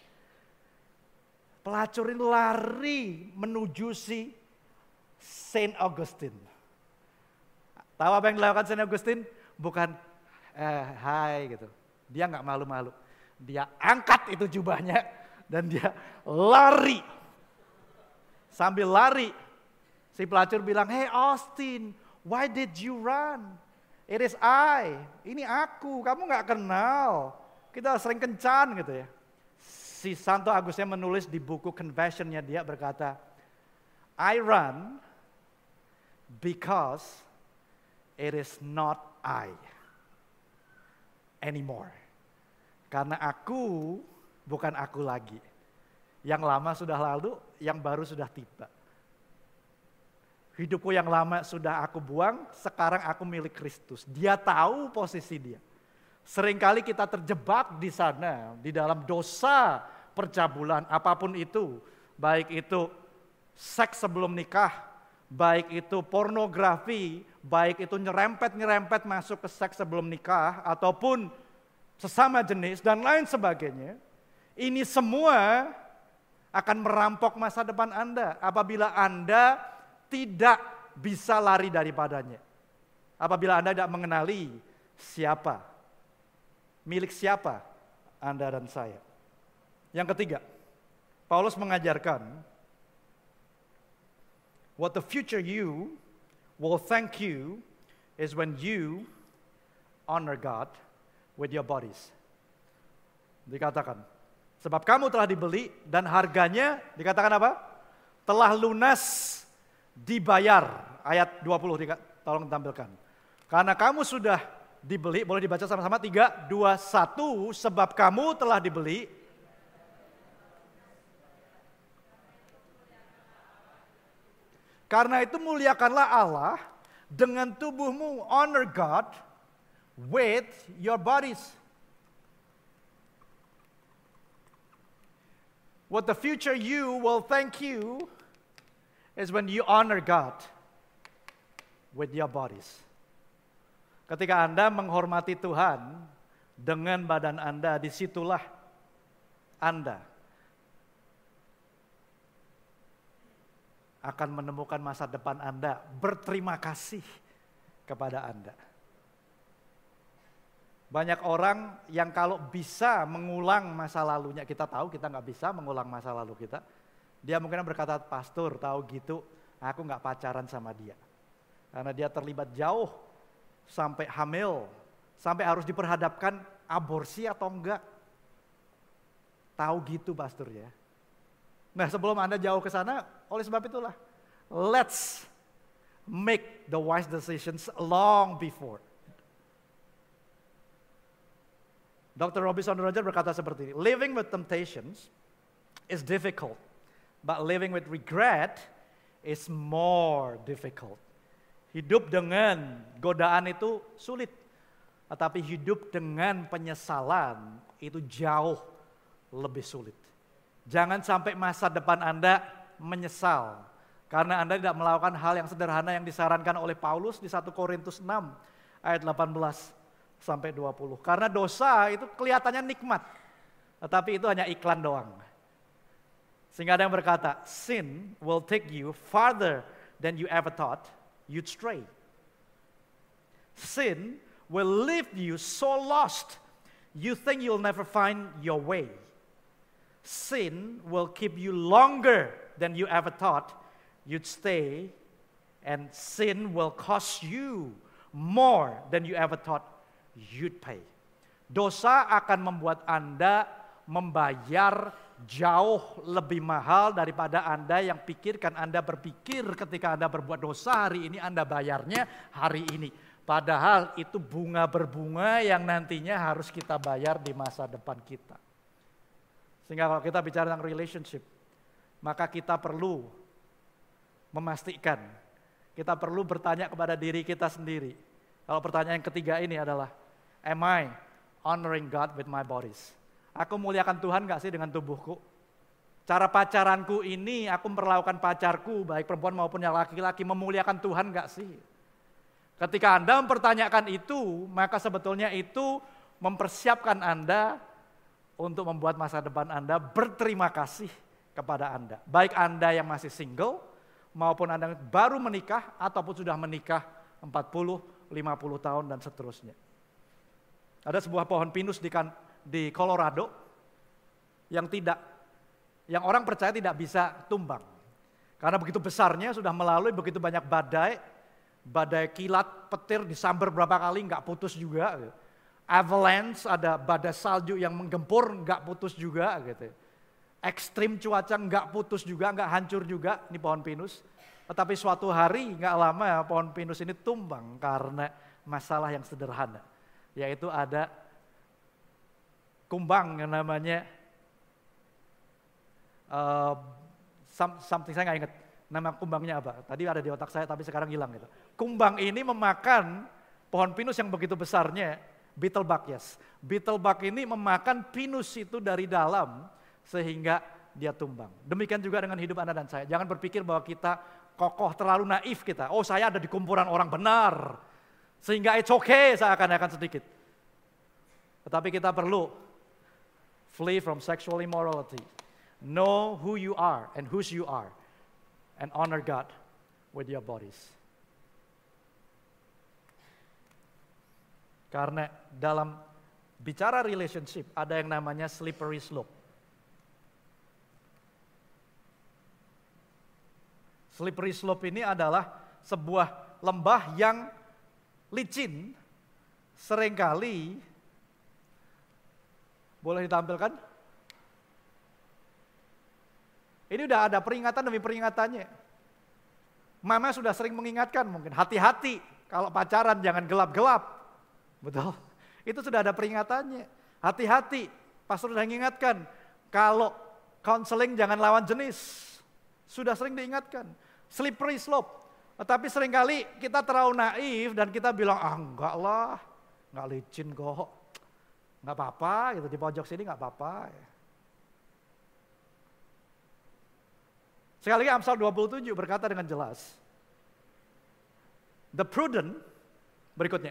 Pelacur ini lari menuju si Saint Augustine. Tahu apa yang dilakukan Saint Augustine? Bukan eh, hai gitu. Dia nggak malu-malu. Dia angkat itu jubahnya dan dia lari. Sambil lari, si pelacur bilang, hey Austin, why did you run? It is I. Ini aku. Kamu nggak kenal. Kita sering kencan gitu ya. Si Santo Agustin menulis di buku Confession-nya, dia berkata, I run because it is not I anymore. Karena aku bukan aku lagi. Yang lama sudah lalu, yang baru sudah tiba. Hidupku yang lama sudah aku buang, sekarang aku milik Kristus. Dia tahu posisi dia. Seringkali kita terjebak di sana, di dalam dosa percabulan, apapun itu. Baik itu seks sebelum nikah, baik itu pornografi, baik itu nyerempet-nyerempet masuk ke seks sebelum nikah, ataupun sesama jenis dan lain sebagainya. Ini semua akan merampok masa depan Anda apabila Anda tidak bisa lari daripadanya. Apabila Anda tidak mengenali siapa, milik siapa Anda dan saya. Yang ketiga, Paulus mengajarkan what the future you will thank you is when you honor God with your bodies. Dikatakan, sebab kamu telah dibeli dan harganya dikatakan apa? Telah lunas dibayar. Ayat dua puluh, tolong tampilkan. Karena kamu sudah dibeli, boleh dibaca sama-sama, tiga, dua, satu, sebab kamu telah dibeli. Karena itu muliakanlah Allah dengan tubuhmu, honor God with your bodies. What the future you will thank you is when you honor God with your bodies. Ketika Anda menghormati Tuhan dengan badan Anda, disitulah Anda akan menemukan masa depan Anda berterima kasih kepada Anda. Banyak orang yang kalau bisa mengulang masa lalunya, kita tahu kita nggak bisa mengulang masa lalu kita. Dia mungkin berkata, pastor tahu gitu, aku nggak pacaran sama dia. Karena dia terlibat jauh, sampai hamil, sampai harus diperhadapkan aborsi atau enggak. Tahu gitu pastor ya. Nah sebelum Anda jauh ke sana, oleh sebab itulah, let's make the wise decisions long before. dokter Robinson Roger berkata seperti ini, living with temptations is difficult, but living with regret is more difficult. Hidup dengan godaan itu sulit, tetapi hidup dengan penyesalan itu jauh lebih sulit. Jangan sampai masa depan Anda menyesal, karena Anda tidak melakukan hal yang sederhana yang disarankan oleh Paulus di satu Korintus enam ayat delapan belas sampai dua puluh. Karena dosa itu kelihatannya nikmat, tetapi itu hanya iklan doang. Sehingga ada yang berkata, sin will take you farther than you ever thought you'd stray. Sin will leave you so lost, you think you'll never find your way. Sin will keep you longer than you ever thought you'd stay, and sin will cost you more than you ever thought you'd pay. Dosa akan membuat Anda membayar jauh lebih mahal daripada Anda yang pikirkan. Anda berpikir ketika Anda berbuat dosa hari ini, Anda bayarnya hari ini. Padahal itu bunga berbunga yang nantinya harus kita bayar di masa depan kita. Sehingga kalau kita bicara tentang relationship, maka kita perlu memastikan, kita perlu bertanya kepada diri kita sendiri. Kalau pertanyaan yang ketiga ini adalah, am I honoring God with my bodies? Aku muliakan Tuhan gak sih dengan tubuhku? Cara pacaranku ini, aku memperlakukan pacarku, baik perempuan maupun yang laki-laki, memuliakan Tuhan gak sih? Ketika Anda mempertanyakan itu, maka sebetulnya itu mempersiapkan Anda untuk membuat masa depan Anda berterima kasih kepada Anda. Baik Anda yang masih single, maupun Anda yang baru menikah, ataupun sudah menikah empat puluh, lima puluh tahun dan seterusnya. Ada sebuah pohon pinus di, kan, di Colorado yang tidak, yang orang percaya tidak bisa tumbang. Karena begitu besarnya sudah melalui begitu banyak badai, badai kilat, petir disambar berapa kali nggak putus juga. Avalanche, ada badai salju yang menggempur nggak putus juga gitu. Ekstrim cuaca nggak putus juga, nggak hancur juga ini pohon pinus. Tetapi suatu hari nggak lama pohon pinus ini tumbang karena masalah yang sederhana. Yaitu ada kumbang yang namanya uh, something, saya nggak ingat nama kumbangnya apa. Tadi ada di otak saya tapi sekarang hilang gitu. Kumbang ini memakan pohon pinus yang begitu besarnya, beetlebug yes. Beetlebug ini memakan pinus itu dari dalam sehingga dia tumbang. Demikian juga dengan hidup Anda dan saya. Jangan berpikir bahwa kita kokoh, terlalu naif kita. Oh saya ada di kumpulan orang benar. Sehingga it's okay seakan-akan sedikit. Tetapi kita perlu flee from sexual immorality. Know who you are and whose you are. And honor God with your bodies. Karena dalam bicara relationship ada yang namanya slippery slope. Slippery slope ini adalah sebuah lembah yang licin, seringkali, boleh ditampilkan? Ini udah ada peringatan demi peringatannya. Mama sudah sering mengingatkan mungkin, hati-hati kalau pacaran jangan gelap-gelap. Betul, itu sudah ada peringatannya. Hati-hati, pastor sudah mengingatkan, kalau counseling jangan lawan jenis. Sudah sering diingatkan, slippery slope. Tapi seringkali kita terlalu naif dan kita bilang, ah enggak lah, enggak licin kok. Enggak apa-apa, gitu di pojok sini enggak apa-apa. Sekali lagi Amsal dua puluh tujuh berkata dengan jelas, the prudent, berikutnya,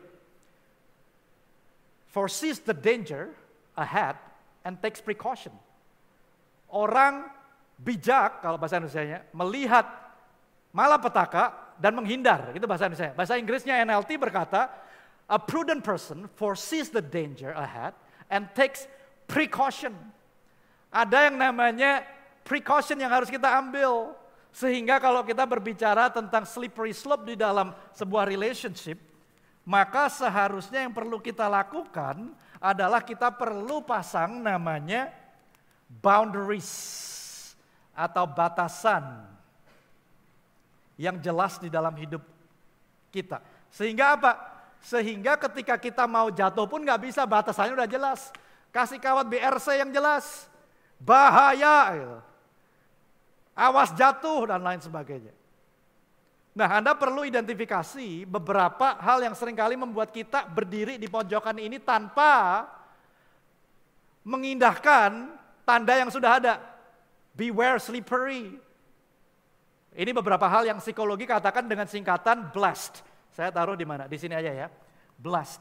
foresees the danger ahead and takes precaution. Orang bijak, kalau bahasa Indonesianya, melihat malapetaka dan menghindar. Itu bahasa Indonesia. Bahasa Inggrisnya N L T berkata, A prudent person foresees the danger ahead and takes precaution. Ada yang namanya precaution yang harus kita ambil. Sehingga kalau kita berbicara tentang slippery slope di dalam sebuah relationship, maka seharusnya yang perlu kita lakukan adalah kita perlu pasang namanya boundaries atau batasan yang jelas di dalam hidup kita. Sehingga apa? Sehingga ketika kita mau jatuh pun gak bisa, batasannya udah jelas. Kasih kawat B R C yang jelas, bahaya gitu. Awas jatuh dan lain sebagainya. Nah, Anda perlu identifikasi beberapa hal yang seringkali membuat kita berdiri di pojokan ini tanpa mengindahkan tanda yang sudah ada. Beware slippery. Ini beberapa hal yang psikologi katakan dengan singkatan blessed. Saya taruh di mana? Di sini aja ya. Blessed.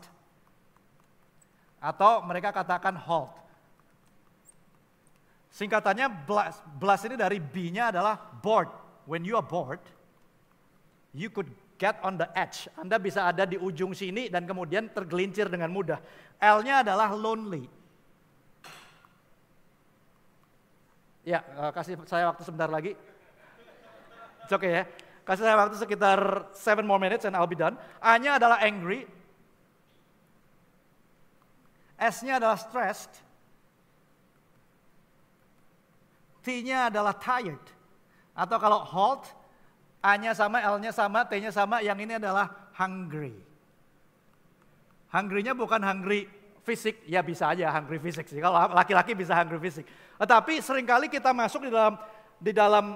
Atau mereka katakan halt. Singkatannya blast, blast ini dari B-nya adalah bored. When you are bored, you could get on the edge. Anda bisa ada di ujung sini dan kemudian tergelincir dengan mudah. L-nya adalah lonely. Ya, kasih saya waktu sebentar lagi. It's okay ya. Kasih saya waktu sekitar seven more minutes and I'll be done. A-nya adalah angry. S-nya adalah stressed. T-nya adalah tired. Atau kalau halt, A-nya sama, L-nya sama, T-nya sama, yang ini adalah hungry. Hungry-nya bukan hungry fisik, ya bisa aja hungry fisik sih. Kalau laki-laki bisa hungry fisik. Tetapi seringkali kita masuk di dalam di dalam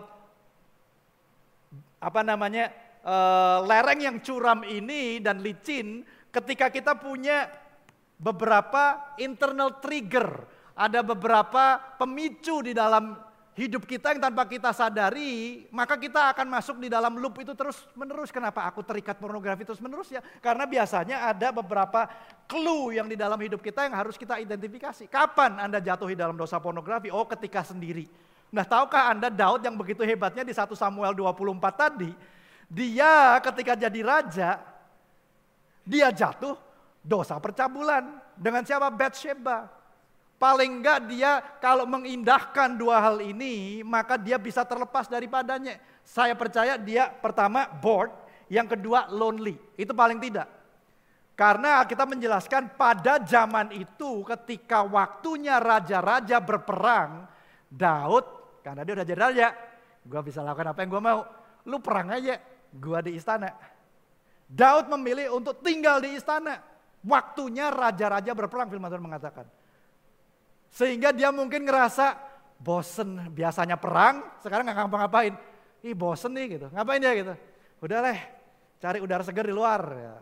apa namanya uh, lereng yang curam ini dan licin ketika kita punya beberapa internal trigger. Ada beberapa pemicu di dalam hidup kita yang tanpa kita sadari, maka kita akan masuk di dalam loop itu terus menerus. Kenapa aku terikat pornografi terus menerus ya? Karena biasanya ada beberapa clue yang di dalam hidup kita yang harus kita identifikasi. Kapan Anda jatuh di dalam dosa pornografi? Oh, ketika sendiri. Nah, tahukah Anda Daud yang begitu hebatnya di satu Samuel dua puluh empat tadi, dia ketika jadi raja, dia jatuh dosa percabulan. Dengan siapa? Bathsheba. Paling enggak dia kalau mengindahkan dua hal ini, maka dia bisa terlepas daripadanya. Saya percaya dia pertama bored, yang kedua lonely. Itu paling tidak. Karena kita menjelaskan pada zaman itu ketika waktunya raja-raja berperang, Daud, karena dia udah jadi raja, gue bisa lakukan apa yang gue mau. Lu perang aja, gue di istana. Daud memilih untuk tinggal di istana. Waktunya raja-raja berperang, firman Tuhan mengatakan. Sehingga dia mungkin ngerasa bosen, biasanya perang, sekarang gak ngapa-ngapain. Ih bosen nih gitu, ngapain dia gitu. Udah lah, cari udara segar di luar. Ya.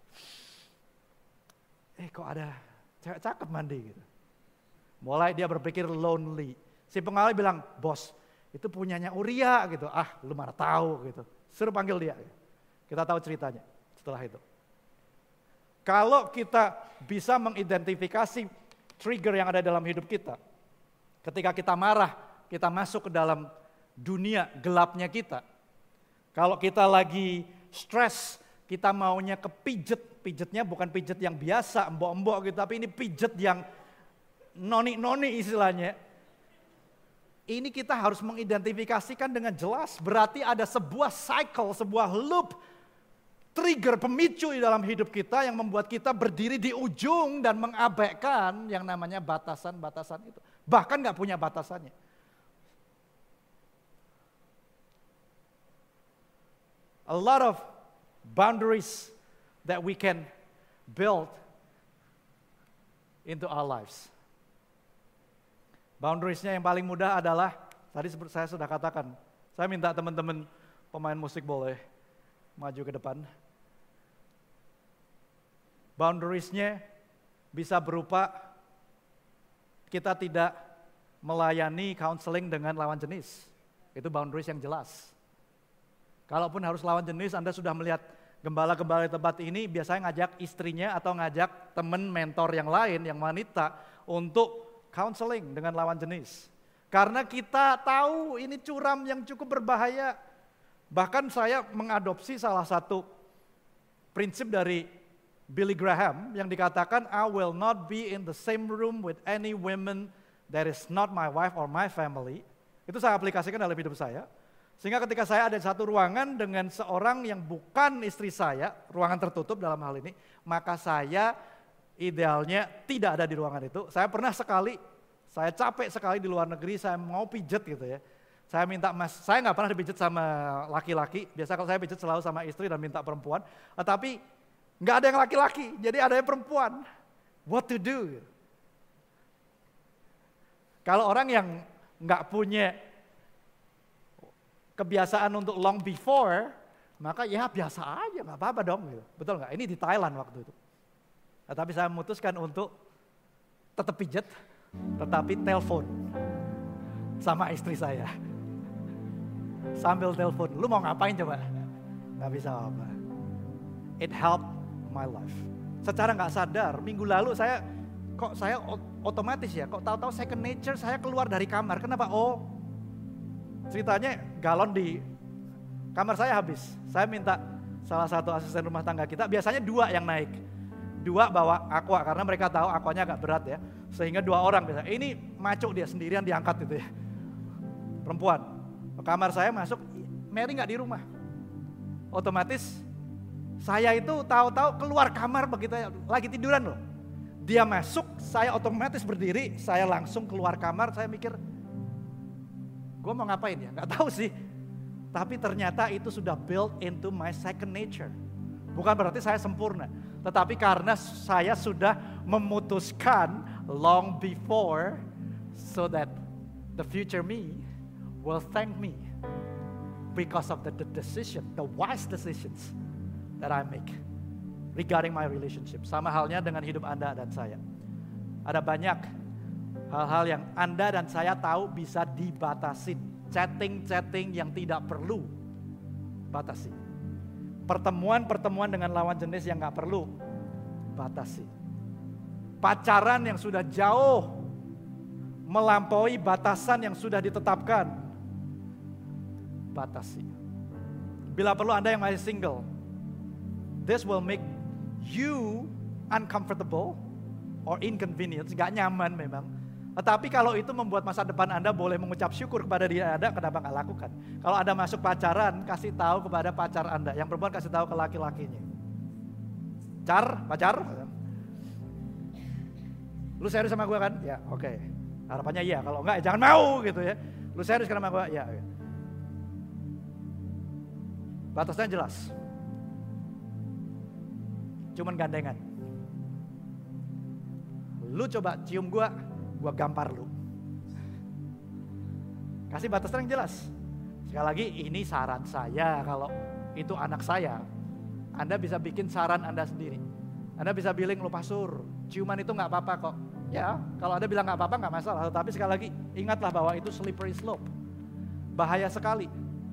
Eh kok ada cewek cakep mandi gitu. Mulai dia berpikir lonely. Si pengawal bilang, bos itu punyanya Uria gitu. Ah lu mana tahu gitu. Suruh panggil dia. Kita tahu ceritanya setelah itu. Kalau kita bisa mengidentifikasi trigger yang ada dalam hidup kita. Ketika kita marah, kita masuk ke dalam dunia gelapnya kita. Kalau kita lagi stres, kita maunya kepijet. Pijetnya bukan pijet yang biasa, embok-embok gitu, tapi ini pijet yang noni-noni istilahnya. Ini kita harus mengidentifikasikan dengan jelas. Berarti ada sebuah cycle, sebuah loop, trigger, pemicu di dalam hidup kita yang membuat kita berdiri di ujung dan mengabaikan yang namanya batasan-batasan itu. Bahkan gak punya batasannya. A lot of boundaries that we can build into our lives. Boundariesnya yang paling mudah adalah, tadi seperti saya sudah katakan, saya minta teman-teman pemain musik boleh maju ke depan. Boundariesnya bisa berupa kita tidak melayani counseling dengan lawan jenis. Itu boundaries yang jelas. Kalaupun harus lawan jenis, Anda sudah melihat gembala-gembala di tempat ini biasanya ngajak istrinya atau ngajak teman mentor yang lain, yang wanita, untuk counseling dengan lawan jenis. Karena kita tahu ini curam yang cukup berbahaya. Bahkan saya mengadopsi salah satu prinsip dari Billy Graham yang dikatakan, I will not be in the same room with any women that is not my wife or my family. Itu saya aplikasikan dalam hidup saya. Sehingga ketika saya ada di satu ruangan dengan seorang yang bukan istri saya, ruangan tertutup dalam hal ini, maka saya idealnya tidak ada di ruangan itu. Saya pernah sekali, saya capek sekali di luar negeri, saya mau pijet gitu ya. Saya minta mas, saya nggak pernah dipijet sama laki-laki, biasa kalau saya pijet selalu sama istri dan minta perempuan. Tetapi nggak ada yang laki-laki, jadi ada yang perempuan. What to do? Kalau orang yang nggak punya kebiasaan untuk long before, maka ya biasa aja, nggak apa-apa dong. Gitu. Betul nggak? Ini di Thailand waktu itu. Nah, tapi saya memutuskan untuk tetap pijet, tetapi telepon sama istri saya. Sambil telepon, lu mau ngapain coba? Nggak bisa apa. It helped my life. Secara nggak sadar, minggu lalu saya kok saya otomatis ya, kok tahu-tahu second nature saya keluar dari kamar. Kenapa? Oh, ceritanya galon di kamar saya habis. Saya minta salah satu asisten rumah tangga kita, biasanya dua yang naik. Dua bawa aqua, karena mereka tahu aquanya agak berat ya. Sehingga dua orang bisa. Ini macuk dia sendirian diangkat gitu ya. Perempuan. Kamar saya masuk, Mary nggak di rumah. Otomatis saya itu tahu-tahu keluar kamar begitu lagi tiduran loh. Dia masuk, saya otomatis berdiri, saya langsung keluar kamar, saya mikir, gue mau ngapain ya? Nggak tahu sih. Tapi ternyata itu sudah built into my second nature. Bukan berarti saya sempurna. Tetapi karena saya sudah memutuskan long before so that the future me will thank me because of the, the decision, the wise decisions that I make regarding my relationship. Sama halnya dengan hidup Anda dan saya. Ada banyak hal-hal yang Anda dan saya tahu bisa dibatasin. Chatting-chatting yang tidak perlu batasi. Pertemuan-pertemuan dengan lawan jenis yang gak perlu batasi. Pacaran yang sudah jauh melampaui batasan yang sudah ditetapkan, batasi. Bila perlu Anda yang masih single, this will make you uncomfortable or inconvenience, gak nyaman memang. Tetapi kalau itu membuat masa depan Anda boleh mengucap syukur kepada diri Anda, kenapa gak lakukan? Kalau Anda masuk pacaran, kasih tahu kepada pacar Anda. Yang perempuan kasih tahu ke laki-lakinya. Car, pacar? Lu serius sama gue kan? Ya, oke. Okay. Harapannya iya, kalau enggak ya jangan mau gitu ya. Lu serius sama gue? Ya. Batasnya jelas. Cuman gandengan. Lu coba cium gua, gua gampar lu. Kasih batasan yang jelas. Sekali lagi ini saran saya, kalau itu anak saya, Anda bisa bikin saran Anda sendiri. Anda bisa bilang, lu pasur, ciuman itu gak apa-apa kok. Ya, kalau Anda bilang gak apa-apa gak masalah. Tapi sekali lagi, ingatlah bahwa itu slippery slope. Bahaya sekali.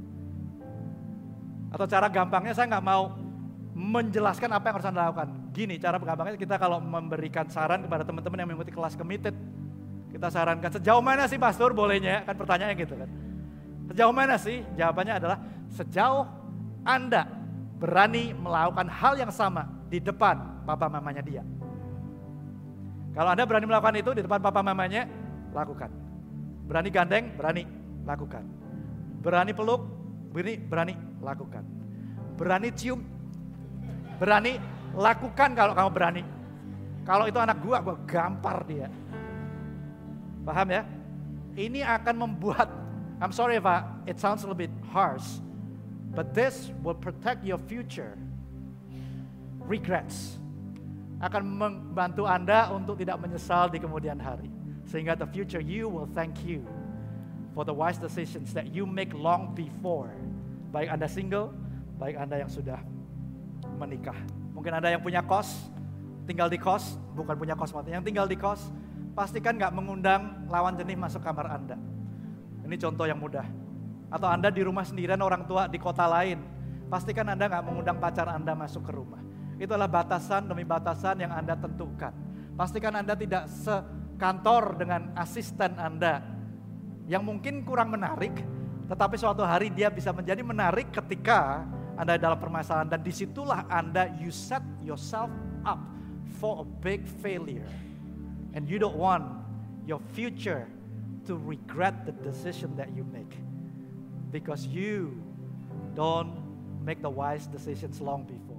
Atau cara gampangnya saya gak mau menjelaskan apa yang harus Anda lakukan. Gini, cara gampangnya kita kalau memberikan saran kepada teman-teman yang mengikuti kelas committed, kita sarankan sejauh mana sih pastor bolehnya, kan pertanyaannya gitu kan. Sejauh mana sih? Jawabannya adalah sejauh Anda berani melakukan hal yang sama di depan papa mamanya dia. Kalau Anda berani melakukan itu di depan papa mamanya, lakukan. Berani gandeng, berani lakukan. Berani peluk, berani, berani lakukan. Berani cium, berani lakukan kalau kamu berani. Kalau itu anak gua, gua gampar dia. Paham ya? Ini akan membuat, I'm sorry if I, it sounds a little bit harsh, but this will protect your future regrets. Akan membantu Anda untuk tidak menyesal di kemudian hari. Sehingga the future you will thank you for the wise decisions that you make long before. Baik Anda single, baik Anda yang sudah menikah. Mungkin Anda yang punya kos, tinggal di kos, bukan punya kos mati, yang tinggal di kos, pastikan gak mengundang lawan jenis masuk kamar Anda. Ini contoh yang mudah. Atau Anda di rumah sendirian, orang tua di kota lain, pastikan Anda gak mengundang pacar Anda masuk ke rumah. Itu adalah batasan demi batasan yang Anda tentukan. Pastikan Anda tidak sekantor dengan asisten Anda yang mungkin kurang menarik, tetapi suatu hari dia bisa menjadi menarik ketika Anda dalam permasalahan, dan disitulah Anda you set yourself up for a big failure. And you don't want your future to regret the decision that you make, because you don't make the wise decisions long before.